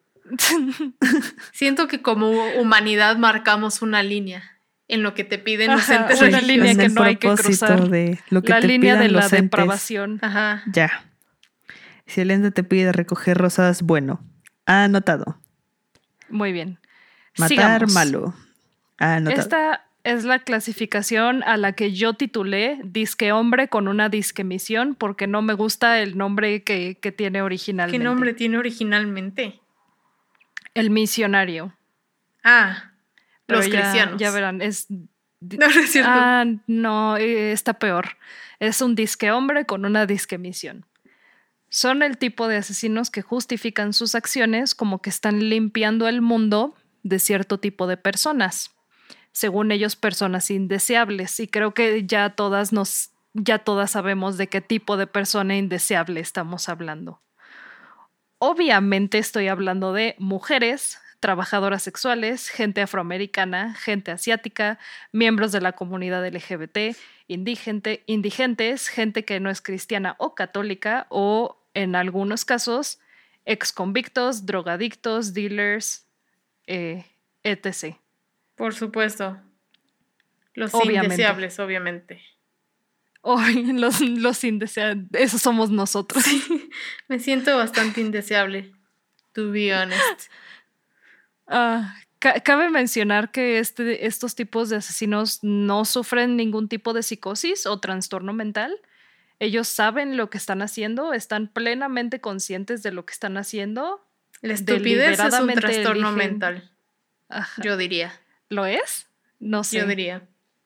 Siento que como humanidad marcamos una línea en lo que te piden los Ajá, entes una Sí, línea en que el no hay que propósito cruzar. de lo que La te línea pidan de la los entes. depravación. Ajá. Ya. Si el ente te pide recoger rosas, bueno. Anotado. Muy bien. Matar, Sigamos. malo. Anotado. Esta es la clasificación a la que yo titulé Disque hombre con una disque misión, porque no me gusta el nombre que, que tiene originalmente. ¿Qué nombre tiene originalmente? El misionario. Ah, Pero los ya, cristianos. ya verán, es... No, no es cierto. Ah, no, eh, está peor. Es un disque hombre con una disque misión. Son el tipo de asesinos que justifican sus acciones como que están limpiando el mundo de cierto tipo de personas. Según ellos, personas indeseables. Y creo que ya todas nos, ya todas sabemos de qué tipo de persona indeseable estamos hablando. Obviamente estoy hablando de mujeres, trabajadoras sexuales, gente afroamericana, gente asiática, miembros de la comunidad L G B T, indigente, indigentes, gente que no es cristiana o católica, o en algunos casos, exconvictos, drogadictos, dealers, eh, etcétera. Por supuesto. Los Obviamente. indeseables, obviamente. O los, los indeseables, esos somos nosotros. Me siento bastante indeseable. To be honest. Ah, ca- cabe mencionar que este, estos tipos de asesinos no sufren ningún tipo de psicosis o trastorno mental. Ellos saben lo que están haciendo, están plenamente conscientes de lo que están haciendo. La estupidez es un Deliberadamente trastorno eligen- mental, Ajá. yo diría. ¿Lo es? No sé. Yo diría.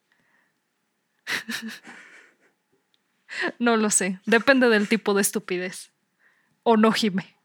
No lo sé. Depende del tipo de estupidez. O no, Jime.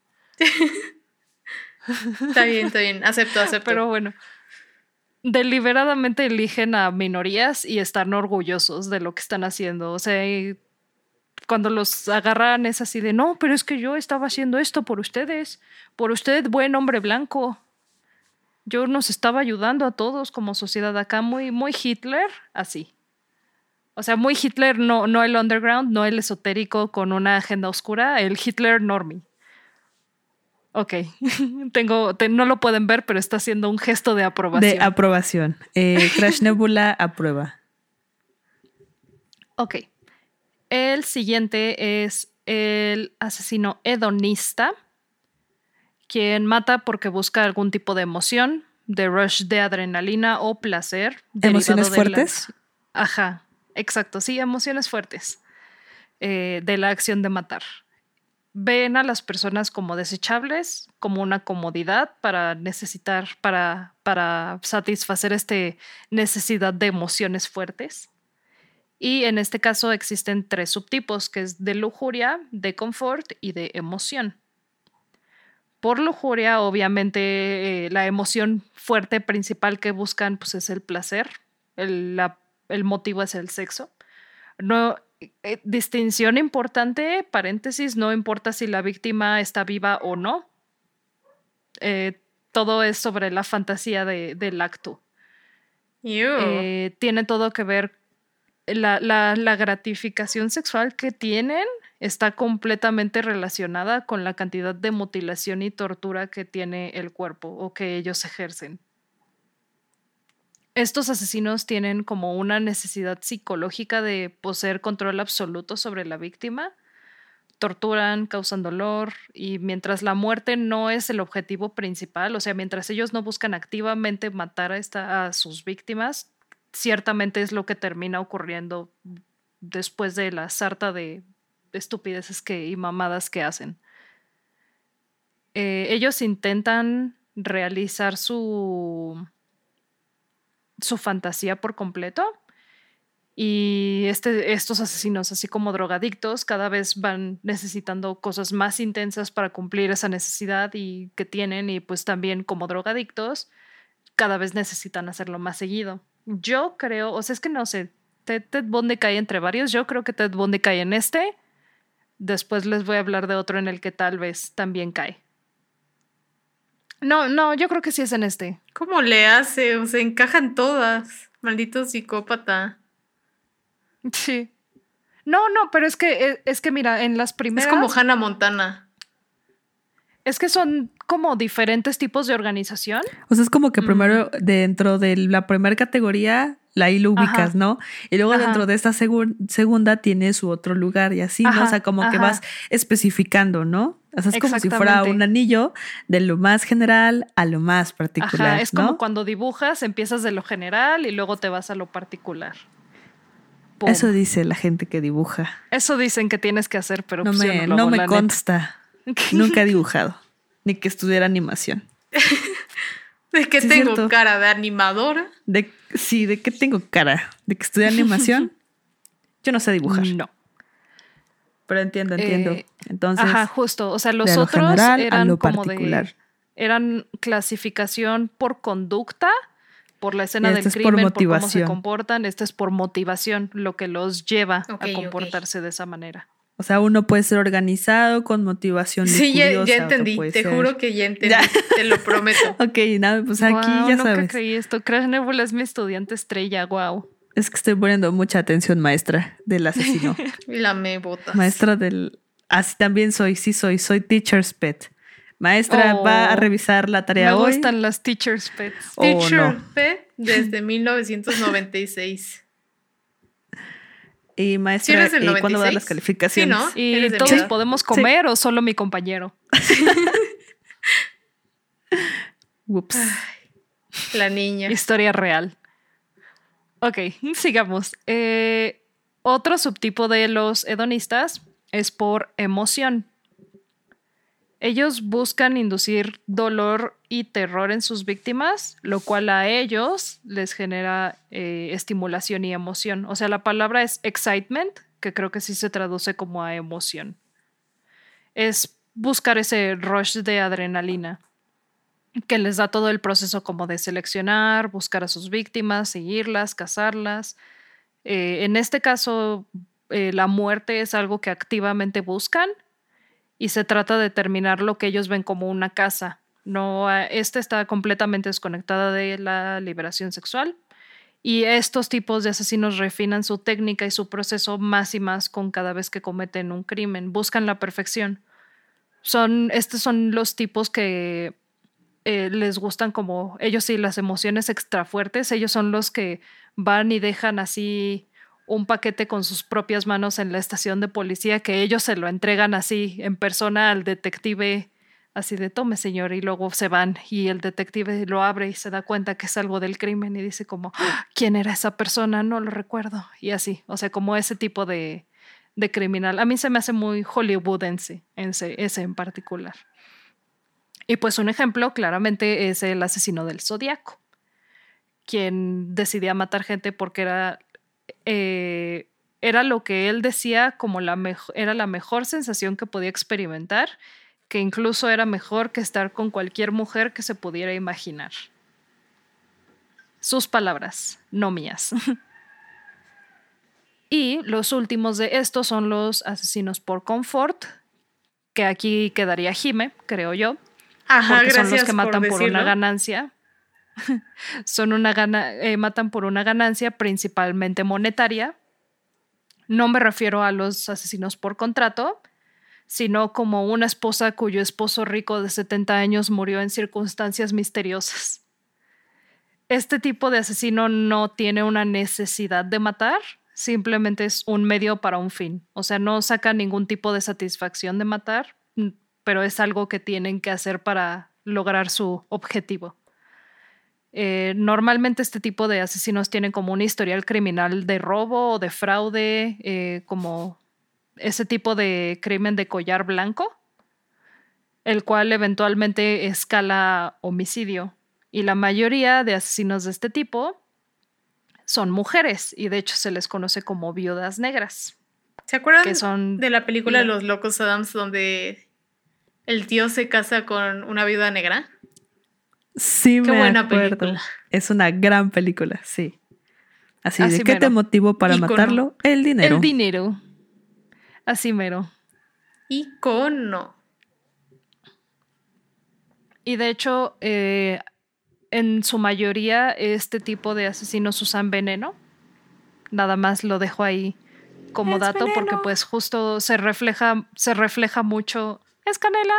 Está bien, está bien. Acepto, acepto. Pero bueno. Deliberadamente eligen a minorías y están orgullosos de lo que están haciendo. O sea, y cuando los agarran es así de, no, pero es que yo estaba haciendo esto por ustedes. Por usted, buen hombre blanco. Yo nos estaba ayudando a todos como sociedad acá. Muy, muy Hitler, así. O sea, muy Hitler, no, no el underground, no el esotérico con una agenda oscura, el Hitler normie. Ok, tengo, te- no lo pueden ver, pero está haciendo un gesto de aprobación. De aprobación. Eh, Crash Nebula aprueba. Ok, el siguiente es el asesino hedonista, quien mata porque busca algún tipo de emoción, de rush de adrenalina o placer. ¿Emociones derivado de fuertes? la- Ajá, exacto, sí, emociones fuertes eh, de la acción de matar. Ven a las personas como desechables, como una comodidad para necesitar, para, para satisfacer esta necesidad de emociones fuertes. Y en este caso existen tres subtipos, que es de lujuria, de confort y de emoción. Por lujuria, obviamente, eh, la emoción fuerte principal que buscan pues, es el placer. El, la, el motivo es el sexo. No, eh, distinción importante, paréntesis, no importa si la víctima está viva o no. Eh, todo es sobre la fantasía de, del acto. Ew. Eh, tiene todo que ver, la, la, la gratificación sexual que tienen está completamente relacionada con la cantidad de mutilación y tortura que tiene el cuerpo o que ellos ejercen. Estos asesinos tienen como una necesidad psicológica de poseer control absoluto sobre la víctima. Torturan, causan dolor y mientras la muerte no es el objetivo principal, o sea, mientras ellos no buscan activamente matar a, esta, a sus víctimas, ciertamente es lo que termina ocurriendo después de la sarta de estupideces que, y mamadas que hacen. Eh, ellos intentan realizar su, su fantasía por completo. Y este, estos asesinos, así como drogadictos, cada vez van necesitando cosas más intensas para cumplir esa necesidad y que tienen. Y pues también como drogadictos, cada vez necesitan hacerlo más seguido. Yo creo, o sea, es que no sé, Ted, Ted Bundy cae entre varios. Yo creo que Ted Bundy cae en este. Después les voy a hablar de otro en el que tal vez también cae. No, no, yo creo que sí es en este. ¿Cómo le hace? O sea, encajan todas. Maldito psicópata. Sí. No, no, pero es que, es que mira, en las primeras... Es como Hannah Montana. Es que son como diferentes tipos de organización. O sea, es como que Mm. primero dentro de la primera categoría, ahí lo ubicas, Ajá. ¿no? Y luego Ajá. dentro de esta segu- segunda tiene su otro lugar y así, ¿no? Ajá, O sea, como que ajá. vas especificando, ¿no? O sea, es como si fuera Exactamente. un anillo de lo más general a lo más particular, Ajá, es ¿no? como cuando dibujas, empiezas de lo general y luego te vas a lo particular. Pum. Eso dice la gente que dibuja. Eso dicen que tienes que hacer, pero No pues yo me, no lo no hago, me la consta. neta. Nunca he dibujado. Ni que estudiara animación. ¿De qué Sí, tengo cierto. cara? ¿De animadora? De, sí, ¿de qué tengo cara? ¿De que estudié animación? Yo no sé dibujar. No. Pero entiendo, entiendo. Eh, Entonces, Ajá, justo. O sea, los de lo otros general a eran lo como particular. de... Eran clasificación por conducta, por la escena Y del este es por crimen, por, cómo se motivación. comportan. Este es por motivación, lo que los lleva Ok, a ok. comportarse de esa manera. o sea, uno puede ser organizado con motivación Sí, ya, lujuriosa, ya otro entendí. puede Te ser- juro que ya entendí. Ya. Te lo prometo. Ok, nada, pues aquí Guau, ya nunca sabes. creí esto. Crash Nebula es mi estudiante estrella, wow. Es que estoy poniendo mucha atención, maestra del asesino. La me botas. Maestra del... Así también soy, sí soy, soy teacher's pet. Maestra Oh, va a revisar la tarea Me hoy. gustan las teachers pets. Oh, Teacher no. Pet desde mil novecientos noventa y seis. Y ¿Sí maestra, eres del eh, noventa y ¿cuándo va seis? las calificaciones? Sí, ¿no? ¿Y Eres de todos mi edad. podemos comer o solo mi compañero? Ups. La niña. Historia real. Ok, sigamos. Eh, otro subtipo de los hedonistas es por emoción. Ellos buscan inducir dolor y terror en sus víctimas, lo cual a ellos les genera eh, estimulación y emoción. O sea, la palabra es excitement, que creo que sí se traduce como a emoción. Es buscar ese rush de adrenalina que les da todo el proceso como de seleccionar, buscar a sus víctimas, seguirlas, cazarlas. Eh, en este caso, eh, la muerte es algo que activamente buscan y se trata de terminar lo que ellos ven como una caza. No, esta está completamente desconectada de la liberación sexual y estos tipos de asesinos refinan su técnica y su proceso más y más con cada vez que cometen un crimen. Buscan la perfección. Son, estos son los tipos que eh, les gustan como ellos sí las emociones extra fuertes. Ellos son los que van y dejan así un paquete con sus propias manos en la estación de policía, que ellos se lo entregan así en persona al detective, así de tome señor, y luego se van y el detective lo abre y se da cuenta que es algo del crimen y dice como, ¿quién era esa persona? No lo recuerdo. Y así, o sea, como ese tipo de, de criminal. A mí se me hace muy hollywoodense ese, ese en particular. Y pues un ejemplo claramente es el asesino del Zodíaco, quien decidía matar gente porque era Eh, era lo que él decía como la mejo- era la mejor sensación que podía experimentar, que incluso era mejor que estar con cualquier mujer que se pudiera imaginar. Sus palabras, no mías. Y los últimos de estos son los asesinos por confort, que aquí quedaría Jime, creo yo, Ajá, porque son los gracias que matan por por decirlo. una ganancia. Son una gana, eh, matan por una ganancia principalmente monetaria. No me refiero a los asesinos por contrato, sino como una esposa cuyo esposo rico de setenta años murió en circunstancias misteriosas. Este tipo de asesino no tiene una necesidad de matar, simplemente es un medio para un fin. O sea, no saca ningún tipo de satisfacción de matar, pero es algo que tienen que hacer para lograr su objetivo. Eh, normalmente este tipo de asesinos tienen como un historial criminal de robo o de fraude, eh, como ese tipo de crimen de collar blanco, el cual eventualmente escala homicidio. Y la mayoría de asesinos de este tipo son mujeres y de hecho se les conoce como viudas negras. ¿Se acuerdan que son de la película la- Los Locos Adams donde el tío se casa con una viuda negra? Sí, Qué me buena acuerdo. película. Es una gran película, sí. Así, Así de qué mero. te motivó para Ícono. matarlo? El dinero. El dinero. Así mero. Icono. Y de hecho, eh, en su mayoría, este tipo de asesinos usan veneno. Nada más lo dejo ahí como Es dato, veneno. porque pues justo se refleja, se refleja mucho. ¿Es canela?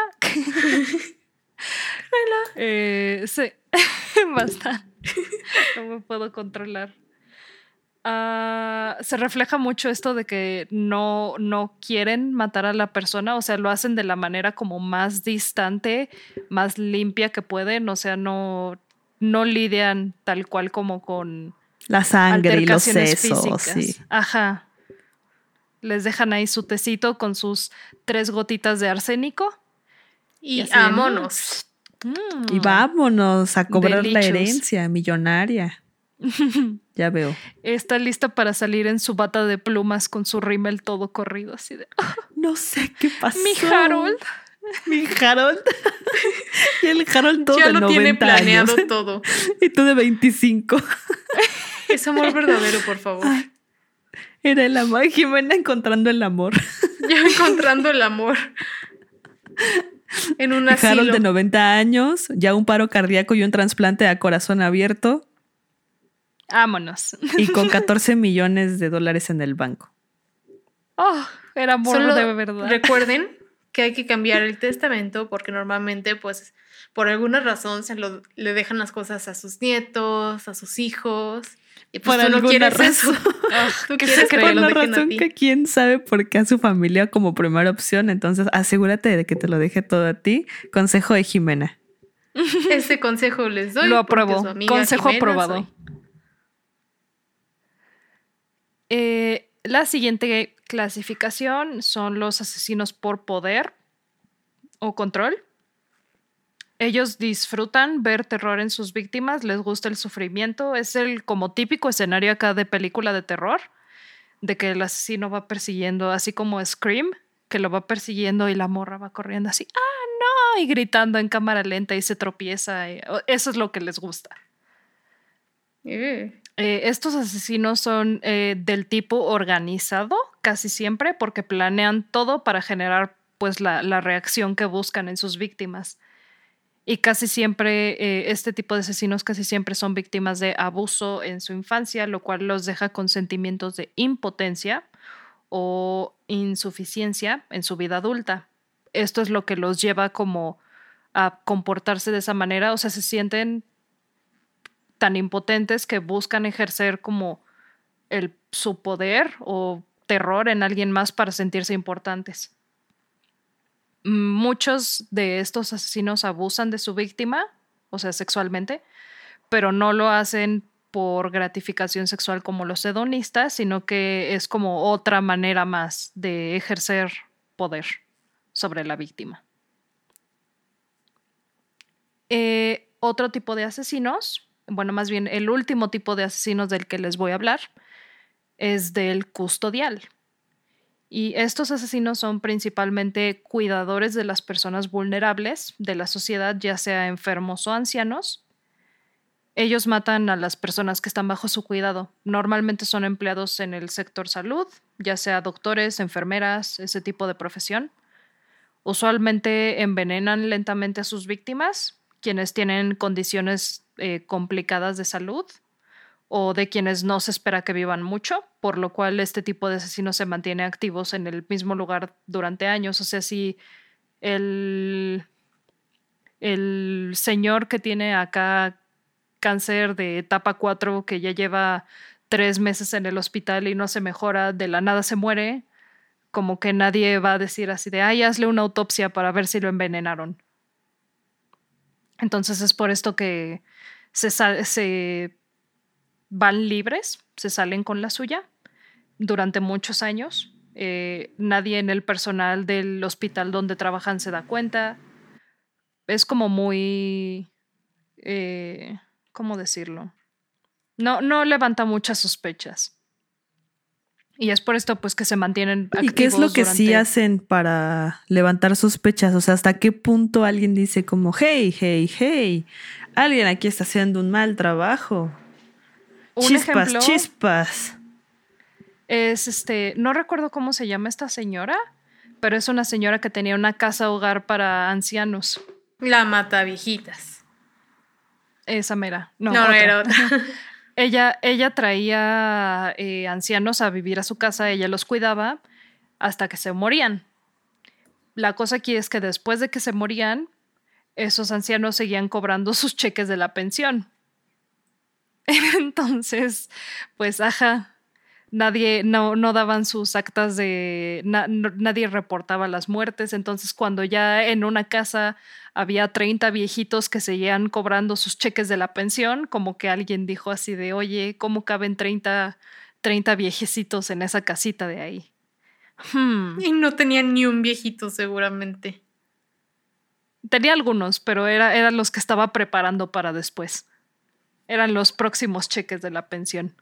Eh, sí, bastante. No me puedo controlar. Ah, se refleja mucho esto de que no, no quieren matar a la persona, o sea, lo hacen de la manera como más distante, más limpia que pueden, o sea, no, no lidian tal cual como con La sangre y los altercaciones sesos, físicas. sí. Ajá. Les dejan ahí su tecito con sus tres gotitas de arsénico. Y, Y así de, vámonos. Mm. Y vámonos a cobrar la Delicious. herencia millonaria. Ya veo. Está lista para salir en su bata de plumas con su rímel todo corrido, así de No sé qué pasó. mi Harold. Mi Harold. Y el Harold todo Ya de lo tiene noventa planeado años. todo. Y tú de veinticinco. Es amor verdadero, por favor. Era el amor. Jimena encontrando el amor. Ya encontrando el amor. En un Y Harold asilo. de noventa años, ya un paro cardíaco y un trasplante a corazón abierto Vámonos. y con catorce millones de dólares en el banco. Oh, era amor Solo de verdad. recuerden que hay que cambiar el testamento porque normalmente, pues, por alguna razón se lo, le dejan las cosas a sus nietos, a sus hijos. Y pues Por tú no alguna quieres razón. eso. Ah, Tú ¿qué quieres se que creen? te lo Por la dejen a razón ti. que quién sabe por qué a su familia como primera opción. Entonces asegúrate de que te lo deje todo a ti. Consejo de Jimena. Este consejo les doy. Lo apruebo. Porque su amiga Consejo Jimena aprobado. soy. Eh, la siguiente clasificación son los asesinos por poder o control. Ellos disfrutan ver terror en sus víctimas, les gusta el sufrimiento. Es el como típico escenario acá de película de terror, de que el asesino va persiguiendo, así como Scream, que lo va persiguiendo y la morra va corriendo así, ¡ah, no! Y gritando en cámara lenta y se tropieza. Y eso es lo que les gusta. Eh. Eh, estos asesinos son eh, del tipo organizado casi siempre porque planean todo para generar pues la, la reacción que buscan en sus víctimas. Y casi siempre, eh, este tipo de asesinos casi siempre son víctimas de abuso en su infancia, lo cual los deja con sentimientos de impotencia o insuficiencia en su vida adulta. Esto es lo que los lleva como a comportarse de esa manera, o sea, se sienten tan impotentes que buscan ejercer como el, su poder o terror en alguien más para sentirse importantes. Muchos de estos asesinos abusan de su víctima, o sea, sexualmente, pero no lo hacen por gratificación sexual como los hedonistas, sino que es como otra manera más de ejercer poder sobre la víctima. Eh, otro tipo de asesinos, bueno, más bien el último tipo de asesinos del que les voy a hablar, es del custodial. Y estos asesinos son principalmente cuidadores de las personas vulnerables de la sociedad, ya sea enfermos o ancianos. Ellos matan a las personas que están bajo su cuidado. Normalmente son empleados en el sector salud, ya sea doctores, enfermeras, ese tipo de profesión. Usualmente envenenan lentamente a sus víctimas, quienes tienen condiciones eh, complicadas de salud o de quienes no se espera que vivan mucho, por lo cual este tipo de asesinos se mantiene activos en el mismo lugar durante años. O sea, si el, el señor que tiene acá cáncer de etapa cuatro, que ya lleva tres meses en el hospital y no se mejora, de la nada se muere, como que nadie va a decir así de, ay, hazle una autopsia para ver si lo envenenaron. Entonces es por esto que se, se van libres, se salen con la suya durante muchos años. Eh, nadie en el personal del hospital donde trabajan se da cuenta. Es como muy... Eh, ¿cómo decirlo? No, no levanta muchas sospechas. Y es por esto pues que se mantienen activos. ¿Y qué es lo que durante... sí hacen para levantar sospechas? O sea, ¿hasta qué punto alguien dice como, hey, hey, hey, alguien aquí está haciendo un mal trabajo? Un chispas, ejemplo chispas. Es este, no recuerdo cómo se llama esta señora, pero es una señora que tenía una casa hogar para ancianos. La Mataviejitas. Esa mera. No, no, otra. era otra. ella, ella traía eh, ancianos a vivir a su casa, ella los cuidaba hasta que se morían. La cosa aquí es que después de que se morían, esos ancianos seguían cobrando sus cheques de la pensión. Entonces, pues, ajá, nadie, no, no daban sus actas de, na, no, nadie reportaba las muertes. Entonces, cuando ya en una casa había treinta viejitos que seguían cobrando sus cheques de la pensión, como que alguien dijo así de, oye, ¿cómo caben treinta, treinta viejecitos en esa casita de ahí? Hmm. Y no tenían ni un viejito seguramente. Tenía algunos, pero era, eran los que estaba preparando para después. Eran los próximos cheques de la pensión.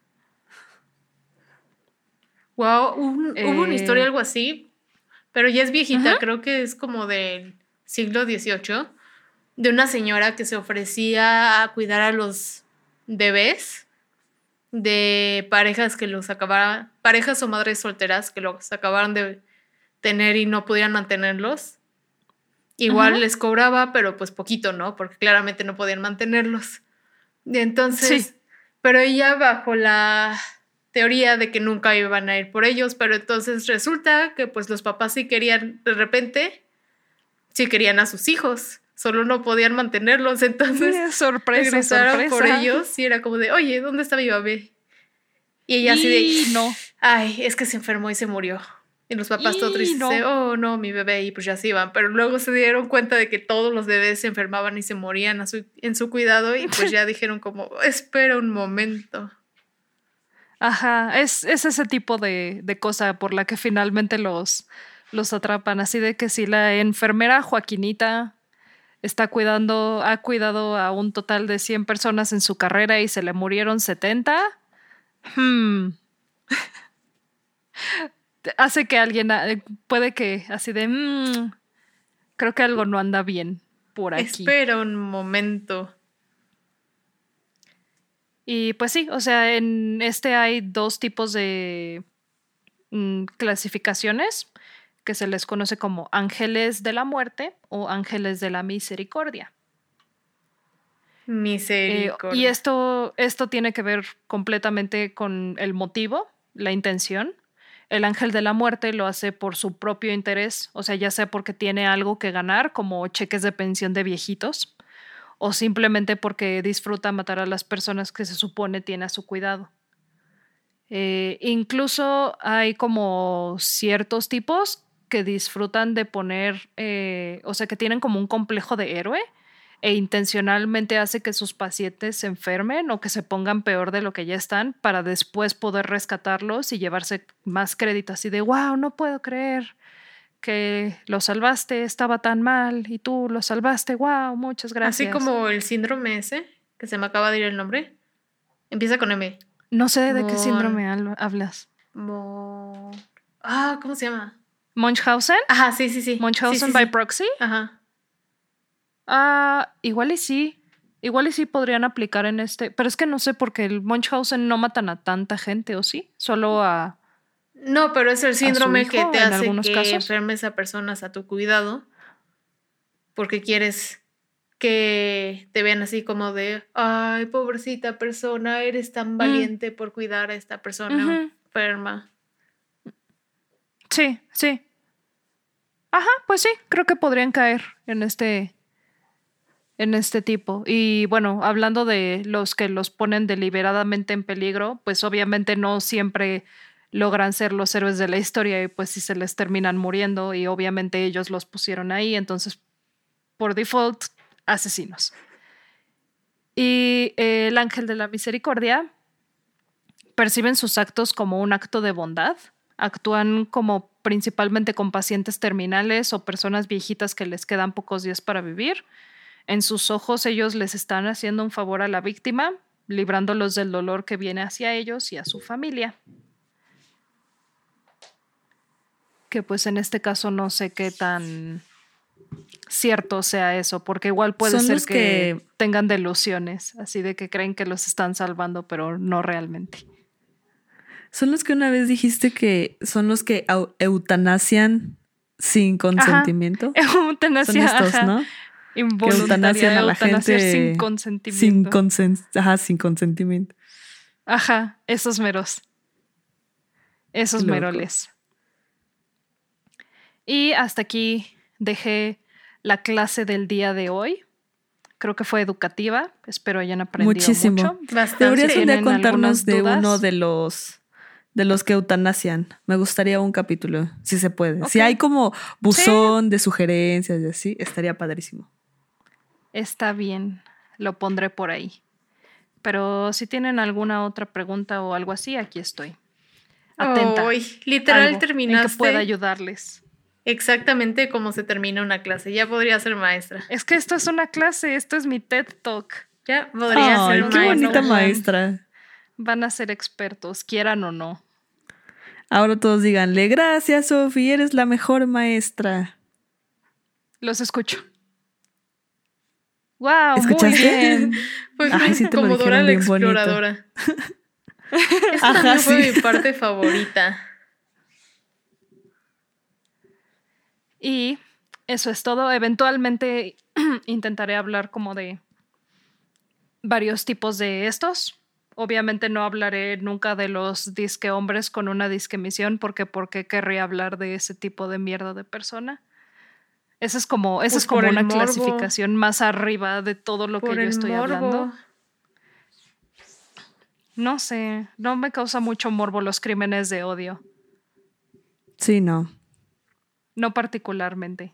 Wow, hubo, eh, hubo una historia algo así, pero ya es viejita, uh-huh. Creo que es como del siglo dieciocho, de una señora que se ofrecía a cuidar a los bebés de parejas que los acabaran, parejas o madres solteras que los acabaron de tener y no pudieran mantenerlos. Igual uh-huh. les cobraba, pero pues poquito, ¿no? Porque claramente no podían mantenerlos. Y entonces, sí. Pero ella bajo la teoría de que nunca iban a ir por ellos, pero entonces resulta que pues los papás sí querían, de repente, sí querían a sus hijos, solo no podían mantenerlos, entonces sí, sorpresa, regresaron sorpresa. por ellos y era como de, oye, ¿dónde está mi bebé? Y ella y así de, no. ay, es que se enfermó y se murió. Y los papás todos ¡Y, tristes, no! de, oh no, mi bebé, y pues ya se iban. Pero luego se dieron cuenta de que todos los bebés se enfermaban y se morían a su, en su cuidado y pues ya dijeron como, espera un momento. Ajá, es, es ese tipo de, de cosa por la que finalmente los, los atrapan. Así de que si la enfermera Joaquinita está cuidando, ha cuidado a un total de cien personas en su carrera y se le murieron setenta, hmm, hace que alguien, eh, puede que así de, mm, creo que algo no anda bien por aquí. Espera un momento. Y pues sí, o sea, en este hay dos tipos de mm, clasificaciones que se les conoce como ángeles de la muerte o ángeles de la misericordia. Eh, Misericordia. y esto, esto tiene que ver completamente con el motivo, la intención. El ángel de la muerte lo hace por su propio interés, o sea, ya sea porque tiene algo que ganar, como cheques de pensión de viejitos, o simplemente porque disfruta matar a las personas que se supone tiene a su cuidado. Eh, incluso hay como ciertos tipos que disfrutan de poner, eh, o sea, que tienen como un complejo de héroe e intencionalmente hace que sus pacientes se enfermen o que se pongan peor de lo que ya están para después poder rescatarlos y llevarse más crédito, así de, wow, no puedo creer que lo salvaste, estaba tan mal y tú lo salvaste, wow, muchas gracias. Así como el síndrome ese, que se me acaba de ir el nombre. Empieza con M. No sé de Mon... qué síndrome hablas. Mon... Ah, ¿cómo se llama? ¿Munchausen? Ajá, sí, sí, sí. ¿Munchausen sí, sí, by sí. proxy? Ajá. Ah, igual y sí. Igual y sí podrían aplicar en este. Pero es que no sé porque el Munchausen no matan a tanta gente, ¿o sí? Solo a... No, pero es el síndrome hijo, que te en hace algunos que casos. enfermes a personas a tu cuidado porque quieres que te vean así como de, ay, pobrecita persona, eres tan Mm. valiente por cuidar a esta persona Ujú. enferma. Sí, sí. Ajá, pues sí, creo que podrían caer en este, en este tipo. Y bueno, hablando de los que los ponen deliberadamente en peligro, pues obviamente no siempre logran ser los héroes de la historia y pues sí se les terminan muriendo y obviamente ellos los pusieron ahí, entonces por default, asesinos. Y eh, el ángel de la misericordia perciben sus actos como un acto de bondad. Actúan como principalmente con pacientes terminales o personas viejitas que les quedan pocos días para vivir. En sus ojos ellos les están haciendo un favor a la víctima, librándolos del dolor que viene hacia ellos y a su familia. Que pues en este caso no sé qué tan cierto sea eso, porque igual puede Son ser los que, que- tengan delusiones, así de que creen que los están salvando, pero no realmente. Son los que una vez dijiste que son los que au- eutanasian sin consentimiento. Eutanasia, Son estos, ajá. ¿no? Que Involuntaria, eutanasian a la eutanasiar gente sin sin, consentimiento. consen- ajá, sin consentimiento. Ajá, esos meros. Esos Loco. meroles. Y hasta aquí dejé la clase del día de hoy. Creo que fue educativa. Espero hayan aprendido Muchísimo. mucho. Bastante. Deberías un día ¿Tienen contarnos algunas de dudas? uno de los de los que eutanasian. Me gustaría un capítulo, si se puede. Si Ok. hay como buzón de sugerencias y así, estaría padrísimo. Está bien, lo pondré por ahí. Pero si tienen alguna otra pregunta o algo así, aquí estoy. Atenta. Ay, literal Algo en terminaste que pueda ayudarles. exactamente como se termina una clase. Ya podría ser maestra. Es que esto es una clase, esto es mi TED Talk. Ya podría Ay, ser qué maestra. bonita no. maestra. Van a ser expertos, quieran o no. Ahora todos díganle, gracias, Sofi, eres la mejor maestra. Los escucho. ¡Wow! Muy ¿Escuchaste? bien. Fue Ay, sí te lo como Dora dijeron la bien bonito. exploradora. Esa Ajá, también fue sí. mi parte favorita. Y eso es todo. Eventualmente intentaré hablar como de varios tipos de estos. Obviamente no hablaré nunca de los disque hombres con una disque misión, porque ¿por qué querría hablar de ese tipo de mierda de persona? Esa es como, esa Pues es como por el una morbo. clasificación más arriba de todo lo Por que yo el estoy morbo. hablando. No sé, no me causa mucho morbo los crímenes de odio. Sí, no. No particularmente.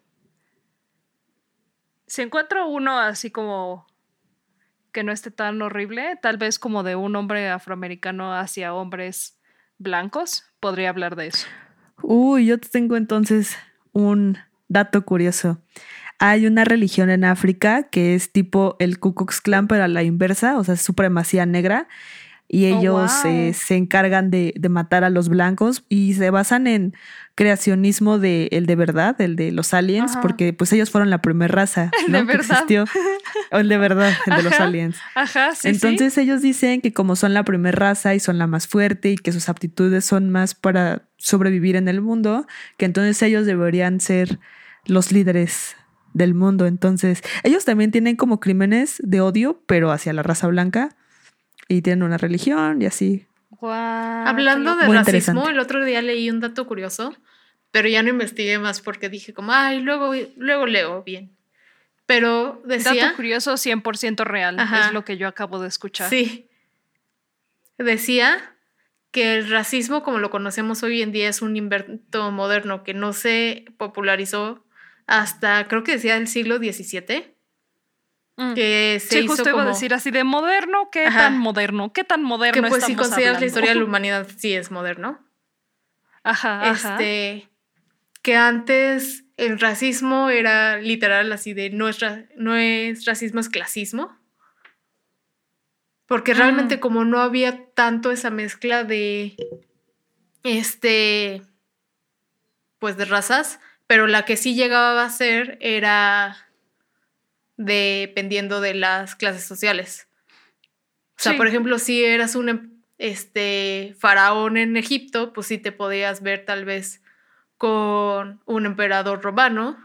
Si encuentro uno así como que no esté tan horrible, tal vez como de un hombre afroamericano hacia hombres blancos, podría hablar de eso. Uy, yo tengo entonces un dato curioso. Hay una religión en África que es tipo el Ku Klux Klan, pero a la inversa, o sea, es supremacía negra. Y ellos Oh, wow. eh, se encargan de, de matar a los blancos y se basan en creacionismo de el de verdad, el de los aliens, Ajá. porque pues ellos fueron la primera raza, El ¿no? de que verdad. existió. O el de verdad, el de los Ajá. aliens. Ajá, sí, Entonces sí. ellos dicen que como son la primera raza y son la más fuerte y que sus aptitudes son más para sobrevivir en el mundo, que entonces ellos deberían ser los líderes del mundo. Entonces ellos también tienen como crímenes de odio, pero hacia la raza blanca. Y tienen una religión y así. Guau, Hablando qué de Muy racismo, interesante. el otro día leí un dato curioso, pero ya no investigué más porque dije como, ay, luego, luego leo bien. Pero loco. decía... Dato curioso cien por ciento real. Ajá. Es lo que yo acabo de escuchar. Sí. Decía que el racismo como lo conocemos hoy en día es un invento moderno que no se popularizó hasta, creo que decía, el siglo diecisiete. Mm. Que se Sí, hizo justo como... iba a decir así de moderno, ¿qué Ajá. tan moderno? ¿Qué tan moderno que pues si estamos consideras la hablando? historia de la humanidad, sí es moderno. Ajá, ajá. Este, que antes el racismo era literal así de no es, ra- no es racismo, es clasismo. Porque Mm. realmente como no había tanto esa mezcla de este pues de razas, pero la que sí llegaba a ser era dependiendo de las clases sociales. O sea, Sí. por ejemplo, si eras un em- este faraón en Egipto, pues sí te podías ver tal vez con un emperador romano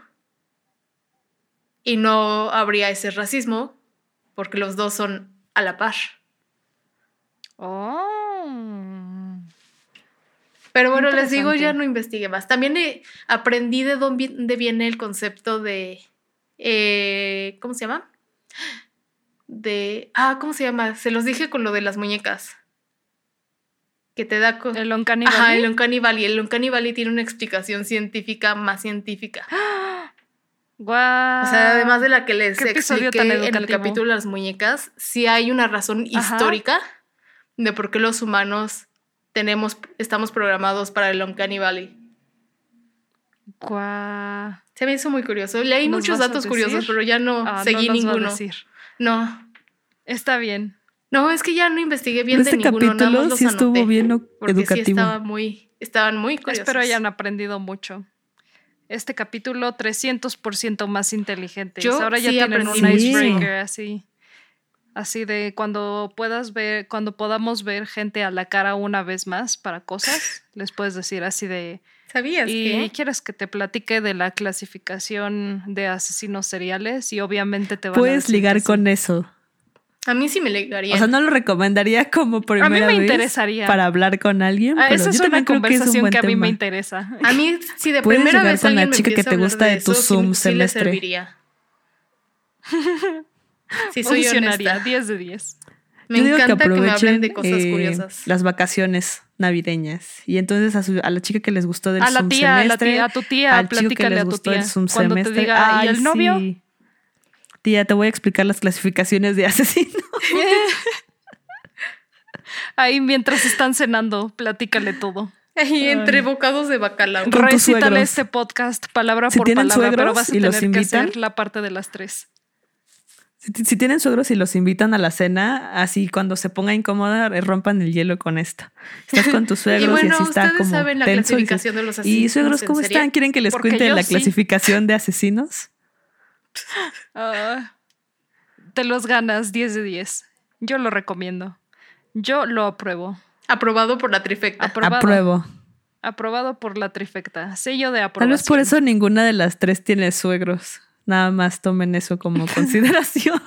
y no habría ese racismo porque los dos son a la par. Oh. Pero bueno, les digo, Interesante. ya no investigué más. También eh, aprendí de dónde viene el concepto de... eh, ¿cómo se llama? De... Ah, ¿cómo se llama? Se los dije con lo de las muñecas. Que te da... co- ¿El Uncanny Ajá, Valley? el Uncanny Valley. El Uncanny Valley tiene una explicación científica más científica. Guau. O sea, además de la que les Qué episodio expliqué tan en el educativo. capítulo de las muñecas, sí hay una razón Ajá. histórica de por qué los humanos tenemos, estamos programados para el Uncanny Valley. Guau. Se me hizo muy curioso. Leí ¿Nos muchos vas a datos decir? curiosos, pero ya no Ah, seguí no nos va a ninguno. decir. No, Está bien. no, es que ya no investigué bien Pero de este ninguno. Nada más capítulo los sí estuvo anoté, bien o- porque sí educativo. estaba muy, estaban muy curiosos. Espero hayan aprendido mucho. Este capítulo trescientos por ciento más inteligentes. Yo Ahora ya sí tienen aprendí un mucho. icebreaker así. Así de cuando puedas ver, cuando podamos ver gente a la cara una vez más para cosas, les puedes decir así de... ¿Sabías ¿Y que? quieres que te platique de la clasificación de asesinos seriales? Y obviamente te van a Puedes decir ligar que sí. con eso. A mí sí me legaría. O sea, no lo recomendaría como primera me vez interesaría. para hablar con alguien, Ah, pero esa yo es una también creo que es un conversación buen que a mí tema. me interesa. A mí, si de Puedes primera llegar vez con la alguien me chica que empieza te a hablar gusta de tu eso, Zoom sí, sí le semestre. serviría. Sí, soy Funcionaría, honesta. diez de diez. Me Yo digo que encanta que, me hablen aprovechen de cosas eh, curiosas. las vacaciones navideñas y entonces a, su- a la chica que les gustó del A la Zoom tía, a la semestre, tía, a tu tía, al chico que platícale les a tu gustó el tía. Zoom Cuando te semestre. diga, ¿y Ay, el novio? sí. Tía, te voy a explicar las clasificaciones de asesino. Ahí mientras están cenando, platícale todo. Ahí entre bocados de bacalao. Con tus Recítale suegros. este podcast palabra Si por tienen palabra, pero suegros vas a y los tener que invitan. hacer la parte de las tres. Si, si tienen suegros y los invitan a la cena, así cuando se ponga incómoda, eh, rompan el hielo con esto. Estás con tus suegros y, bueno, así está ustedes como saben la tenso. Y, dices, clasificación de los ¿y asesinos suegros en cómo serie? están? ¿Quieren que les Porque cuente yo la sí. clasificación de asesinos? Ah, te los ganas diez de diez. Yo lo recomiendo. Yo lo apruebo. Aprobado por la trifecta. Aprobado. Apruebo. Aprobado por la trifecta. Sello de Tal aprobación. vez por eso ninguna de las tres tiene suegros. Nada más tomen eso como consideración.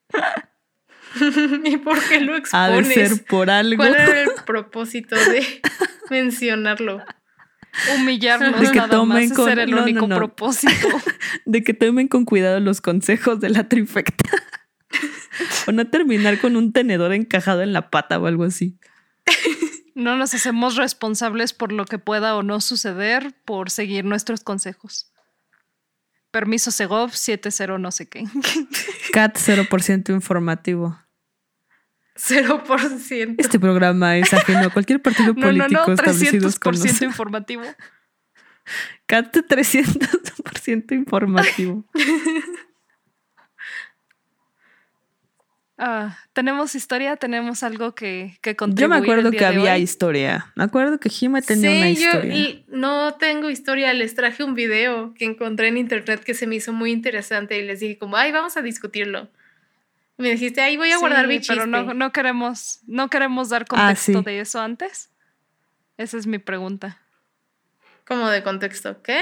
¿Y por qué lo Ha de expones? ser por algo. ¿Cuál era el propósito de mencionarlo? Humillarnos De que nada tomen más. con- Ese era el no, no, único no. propósito. De que tomen con cuidado los consejos de la trifecta. O no terminar con un tenedor encajado en la pata o algo así. No nos hacemos responsables por lo que pueda o no suceder por seguir nuestros consejos. Permiso Segov setenta no sé qué. Cat cero por ciento informativo. cero por ciento. Este programa es ajeno a cualquier partido No, político no, no, establecido trescientos por ciento con nosotros. informativo. Cat trescientos por ciento informativo. Ah, ¿tenemos historia? ¿Tenemos algo que, que contribuir? Yo me acuerdo el día que de había hoy? historia. Me acuerdo que Jime tenía Sí, una yo historia. y no tengo historia. Les traje un video que encontré en internet que se me hizo muy interesante y les dije como, ay, vamos a discutirlo. Y me dijiste, ay, voy a Sí, guardar mi chiste. pero no, no queremos, no queremos dar Ah, contexto sí. de eso antes. Esa es mi pregunta. ¿Cómo de contexto? ¿Qué?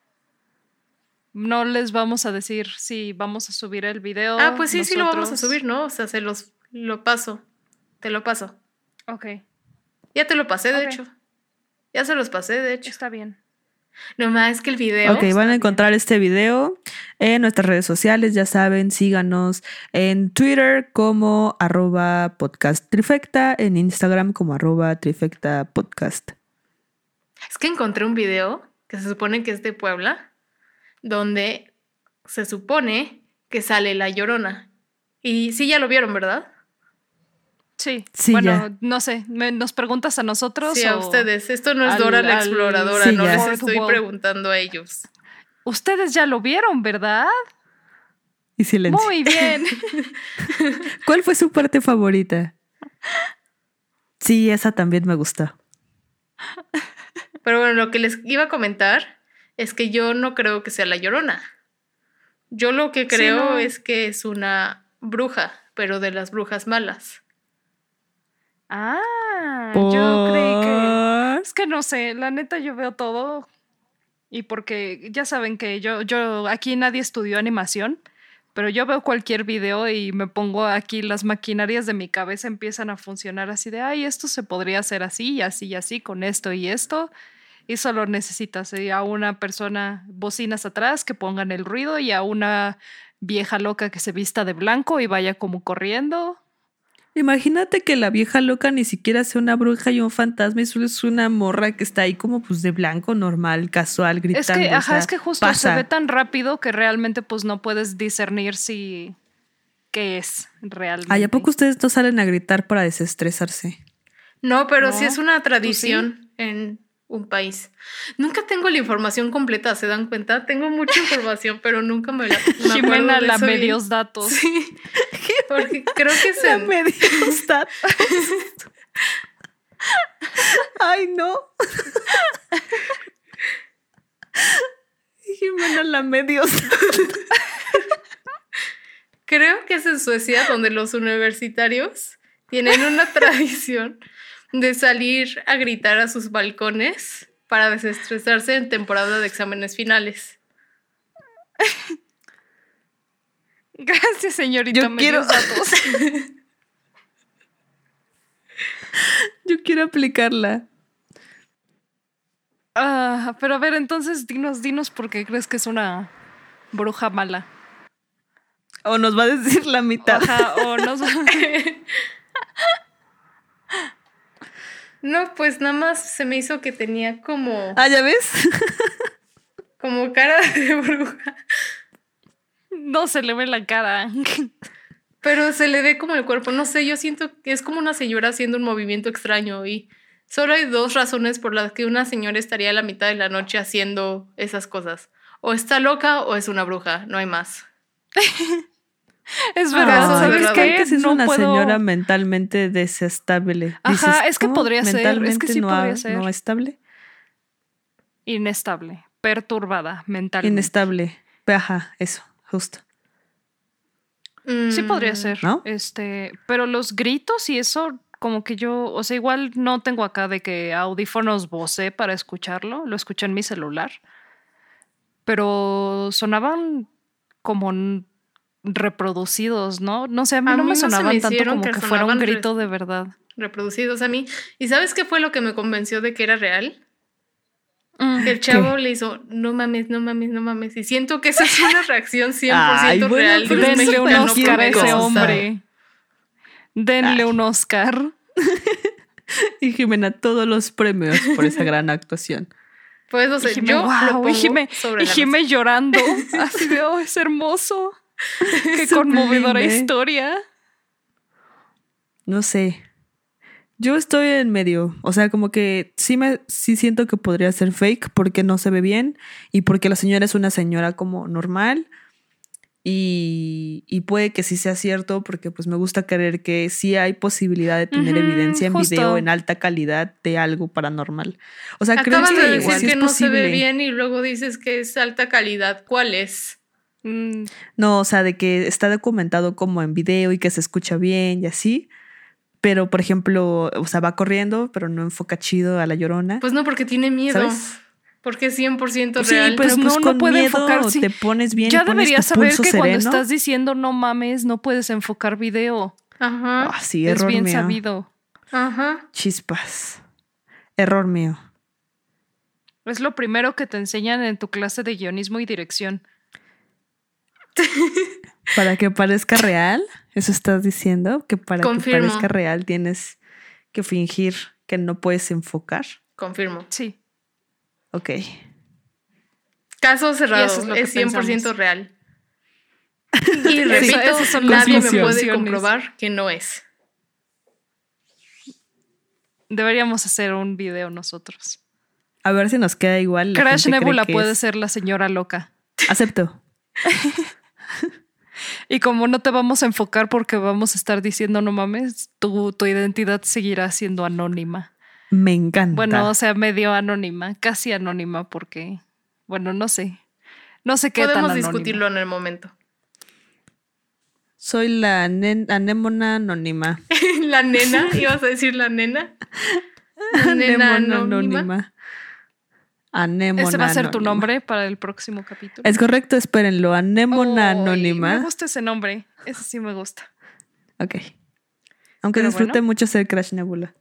No les vamos a decir si vamos a subir el video. Ah, pues sí, sí lo vamos a nosotros. subir, ¿no? O sea, se los lo paso. Te lo paso. Ok, Ya te lo pasé, de Ok. hecho. Ya se los pasé, de hecho. está bien. No más, es que el video. Ok, van a encontrar este video en nuestras redes sociales, ya saben, síganos en Twitter como arroba podcast trifecta, en Instagram como arroba trifecta podcast. Es que encontré un video que se supone que es de Puebla, donde se supone que sale La Llorona. Y sí, ya lo vieron, ¿verdad? Sí, Sí, bueno, ya. no sé, ¿me- ¿nos preguntas a nosotros? Sí, a o ustedes. Esto no es al- Dora la al- exploradora, Sí, no ya. les Board estoy World? preguntando a ellos. Ustedes ya lo vieron, ¿verdad? Y silencio. Muy bien. ¿Cuál fue su parte favorita? Sí, esa también me gustó. Pero bueno, lo que les iba a comentar es que yo no creo que sea La Llorona. Yo lo que creo no. es que es una bruja, pero de las brujas malas. Ah, yo creí que... Por- Es que no sé, la neta yo veo todo y porque ya saben que yo, yo aquí nadie estudió animación, pero yo veo cualquier video y me pongo aquí las maquinarias de mi cabeza empiezan a funcionar así de, ay, esto se podría hacer así y así y así con esto y esto. Y solo necesitas eh, a una persona, bocinas atrás, que pongan el ruido y a una vieja loca que se vista de blanco y vaya como corriendo. Imagínate que la vieja loca ni siquiera sea una bruja y un fantasma, y solo es una morra que está ahí como pues de blanco, normal, casual, gritando. Es que, o ajá, sea, es que justo pasa. se ve tan rápido que realmente pues no puedes discernir si qué es realmente. Ay, ¿a poco ustedes no salen a gritar para desestresarse? No, pero sí No, es una ¿tú tradición en un país. Nunca tengo la información completa, ¿se dan cuenta? Tengo mucha información, pero nunca me la me acuerdo Jimena de la eso bien. medios datos. Sí, porque creo que es La en- medios datos. Ay, no. Jimena la medios. creo que es en Suecia donde los universitarios tienen una tradición de salir a gritar a sus balcones para desestresarse en temporada de exámenes finales. Gracias, señorita Yo medios quiero- datos. Yo quiero aplicarla. Ah, pero a ver, entonces dinos, dinos por qué crees que es una bruja mala. O nos va a decir la mitad. Ajá, o no sé. No, pues nada más se me hizo que tenía como, Ah, ¿ya ves? como cara de bruja. No se le ve la cara. Pero se le ve como el cuerpo, no sé, yo siento que es como una señora haciendo un movimiento extraño y solo hay dos razones por las que una señora estaría a la mitad de la noche haciendo esas cosas. O está loca o es una bruja, no hay más. Es Ah, verdad, eso es ¿sabes verdad. qué? Que si es No una puedo- señora mentalmente desestable. Ajá, Dices, es que ¿cómo? podría ser, es que Mentalmente sí no, podría ha- ser. no estable. Inestable, perturbada mentalmente. Inestable. Ajá, eso, justo. Sí Mm, podría ser, ¿No? este, pero los gritos y eso, como que yo, o sea, igual no tengo acá de que audífonos Bose para escucharlo, lo escuché en mi celular, pero sonaban como n- reproducidos, ¿no? No sé, a mí A no mí me no se me sonaban tanto hicieron como que que fuera un sonaban grito res- de verdad. reproducidos a mí. ¿Y sabes qué fue lo que me convenció de que era real? Mm. Que el chavo le hizo, no mames, no mames, no mames. Y siento que esa es una reacción cien por ciento Ay, bueno, real de pero un es Denle un mexicano Oscar a ese promedio. hombre. Denle Ay. un Oscar. Y Jimena, todos los premios por esa gran actuación. Pues no sé, Y Jime, yo wow, lo pongo y Jime, sobre y la Jime mesa. llorando. Así de, oh, es hermoso. Qué Sublime. conmovedora historia. No sé. Yo estoy en medio. O sea, como que sí me sí siento que podría ser fake porque no se ve bien y porque la señora es una señora como normal. Y, y puede que sí sea cierto porque pues me gusta creer que sí hay posibilidad de tener Ujú, evidencia en justo. video en alta calidad de algo paranormal. O sea, creo Acabas que de que decir igual sí que es no se ve posible. bien y luego dices que es alta calidad. ¿Cuál es? Mm, No, o sea, de que está documentado como en video y que se escucha bien y así. Pero, por ejemplo, o sea, va corriendo, pero no enfoca chido a la Llorona. Pues no, porque tiene miedo. ¿Sabes? Porque es cien por ciento Pues sí, real. pero Pues pues no, no con puede miedo enfocar, sí. te pones bien ya y pones deberías tu saber pulso que cuando sereno. estás diciendo no mames, no puedes enfocar video. Ajá. Ah, sí, Es error bien mío. sabido. Ajá. Chispas. Error mío. Es lo primero que te enseñan en tu clase de guionismo y dirección. Para que parezca real, eso estás diciendo, que para Confirmo. que parezca real tienes que fingir que no puedes enfocar. Confirmo. Sí. Ok. Caso cerrado. Y eso es lo que es cien por ciento pensamos. real. Y repito, esas son las nadie me conclusiones. puede comprobar que no es. Deberíamos hacer un video nosotros. A ver si nos queda igual. La Crash gente cree Nebula que puede es- ser la señora loca. Acepto. Y como no te vamos a enfocar porque vamos a estar diciendo no mames, tu, tu identidad seguirá siendo anónima. Me encanta. Bueno, o sea, medio anónima, casi anónima porque, bueno, no sé. No sé qué tan Podemos anónima. discutirlo en el momento. Soy la nen- anémona anónima. La nena, ibas a decir la nena. La nena Anémona anónima. anónima. Anémona Ese va a ser tu anónima. nombre para el próximo capítulo. Es correcto, espérenlo. Anémona Ay, anónima. Me gusta ese nombre. Ese sí me gusta. Ok. Aunque Pero disfrute bueno. mucho ser Crash Nebula.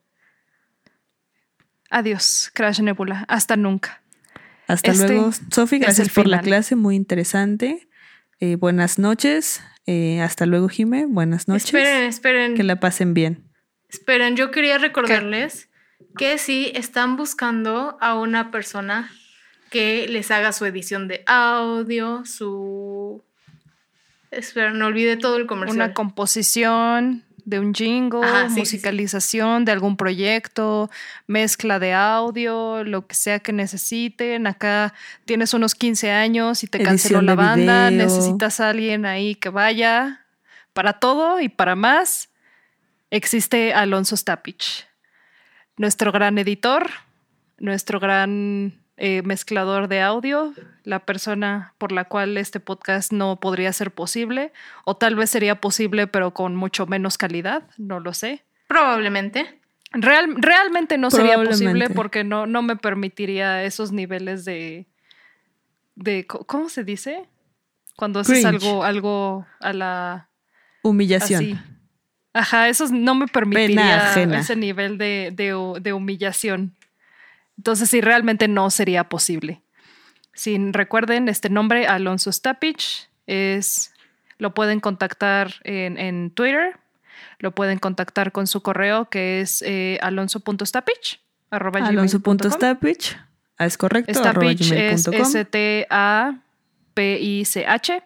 Adiós, Crash Nebula. Hasta nunca. Hasta Este luego. Sofi, es gracias el por la final. clase, muy interesante. Eh, buenas noches. Eh, hasta luego, Jime. Buenas noches. Esperen, esperen. Que la pasen bien. Esperen, yo quería recordarles que si están buscando a una persona que les haga su edición de audio, su... Espera, no olvide todo el comercial. Una composición de un jingle, Ajá, sí, sí, musicalización de algún proyecto, mezcla de audio, lo que sea que necesiten. Acá tienes unos quince años y te canceló Edición la de banda, video. necesitas a alguien ahí que vaya. Para todo y para más, existe Alonso Stapich, nuestro gran editor, nuestro gran eh, mezclador de audio, la persona por la cual este podcast no podría ser posible, o tal vez sería posible pero con mucho menos calidad, no lo sé. Probablemente. Real, realmente no sería Probablemente. posible porque no, no me permitiría esos niveles de, de... ¿Cómo se dice? Cuando haces Cringe. algo, algo a la... Humillación. Así. Ajá, eso no me Pena permitiría ajena. ese nivel de, de, de humillación. Entonces, sí, realmente no sería posible. Si recuerden, este nombre, Alonso Stapich, es, lo pueden contactar en, en Twitter, lo pueden contactar con su correo que es eh, alonso.stapich arroba gmail Alonso punto punto com. Stapich. Ah, es correcto. arroba Stapich gmail es punto com. S T A P I C H.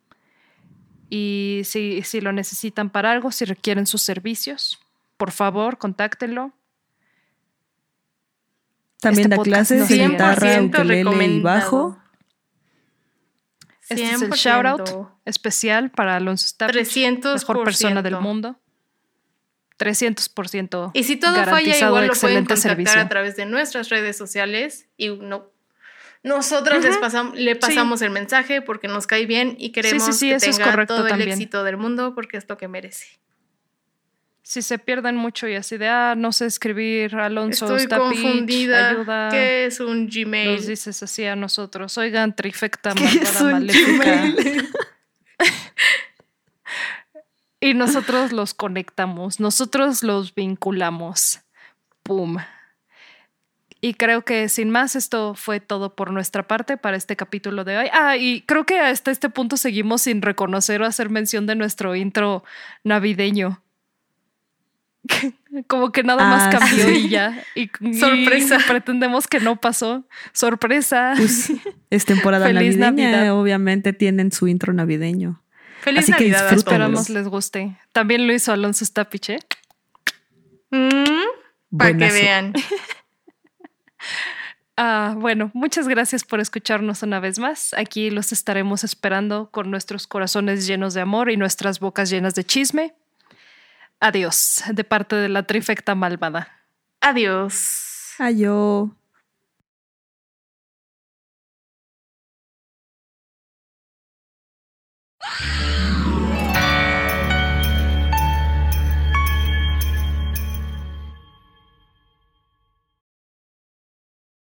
Y si, si lo necesitan para algo, si requieren sus servicios, por favor, contáctenlo. También Este da podcast clases no de sería- guitarra, cien por ciento ukelele y recomendado. bajo. Este es el cien por shout ciento. out especial para Alonso Stapich, trescientos por ciento. mejor persona del mundo. trescientos por ciento Y si todo falla, garantizado, igual lo pueden excelente contactar servicio. a través de nuestras redes sociales y no, nosotros les pasam- le pasamos el mensaje porque nos cae bien y queremos Sí, sí, sí, que eso es tenga correcto todo también. el éxito del mundo porque es lo que merece. Si se pierden mucho y así de, ah, no sé escribir, Alonso Estoy Stapich, confundida. ayuda. ¿Qué es un Gmail? Nos dices así a nosotros. Oigan, trifecta, ¿Qué es malvada, un maléfica. Gmail? Y nosotros los conectamos, nosotros los vinculamos. ¡Pum! Y creo que sin más, esto fue todo por nuestra parte para este capítulo de hoy. Ah, y creo que hasta este punto seguimos sin reconocer o hacer mención de nuestro intro navideño. Como que nada Ah, más cambió sí. y ya. Y, y Sorpresa. pretendemos que no pasó. Sorpresa. Pues es temporada Feliz navideña, Navidad. obviamente tienen su intro navideño. Feliz Así que Navidad a disfrútenlo. Esperamos todos. les guste. También lo hizo Alonso Stapiche. Mm, para que Buenazo. vean. Ah, bueno, muchas gracias por escucharnos una vez más. Aquí los estaremos esperando con nuestros corazones llenos de amor y nuestras bocas llenas de chisme. Adiós, de parte de la trifecta malvada. Adiós. Ayo.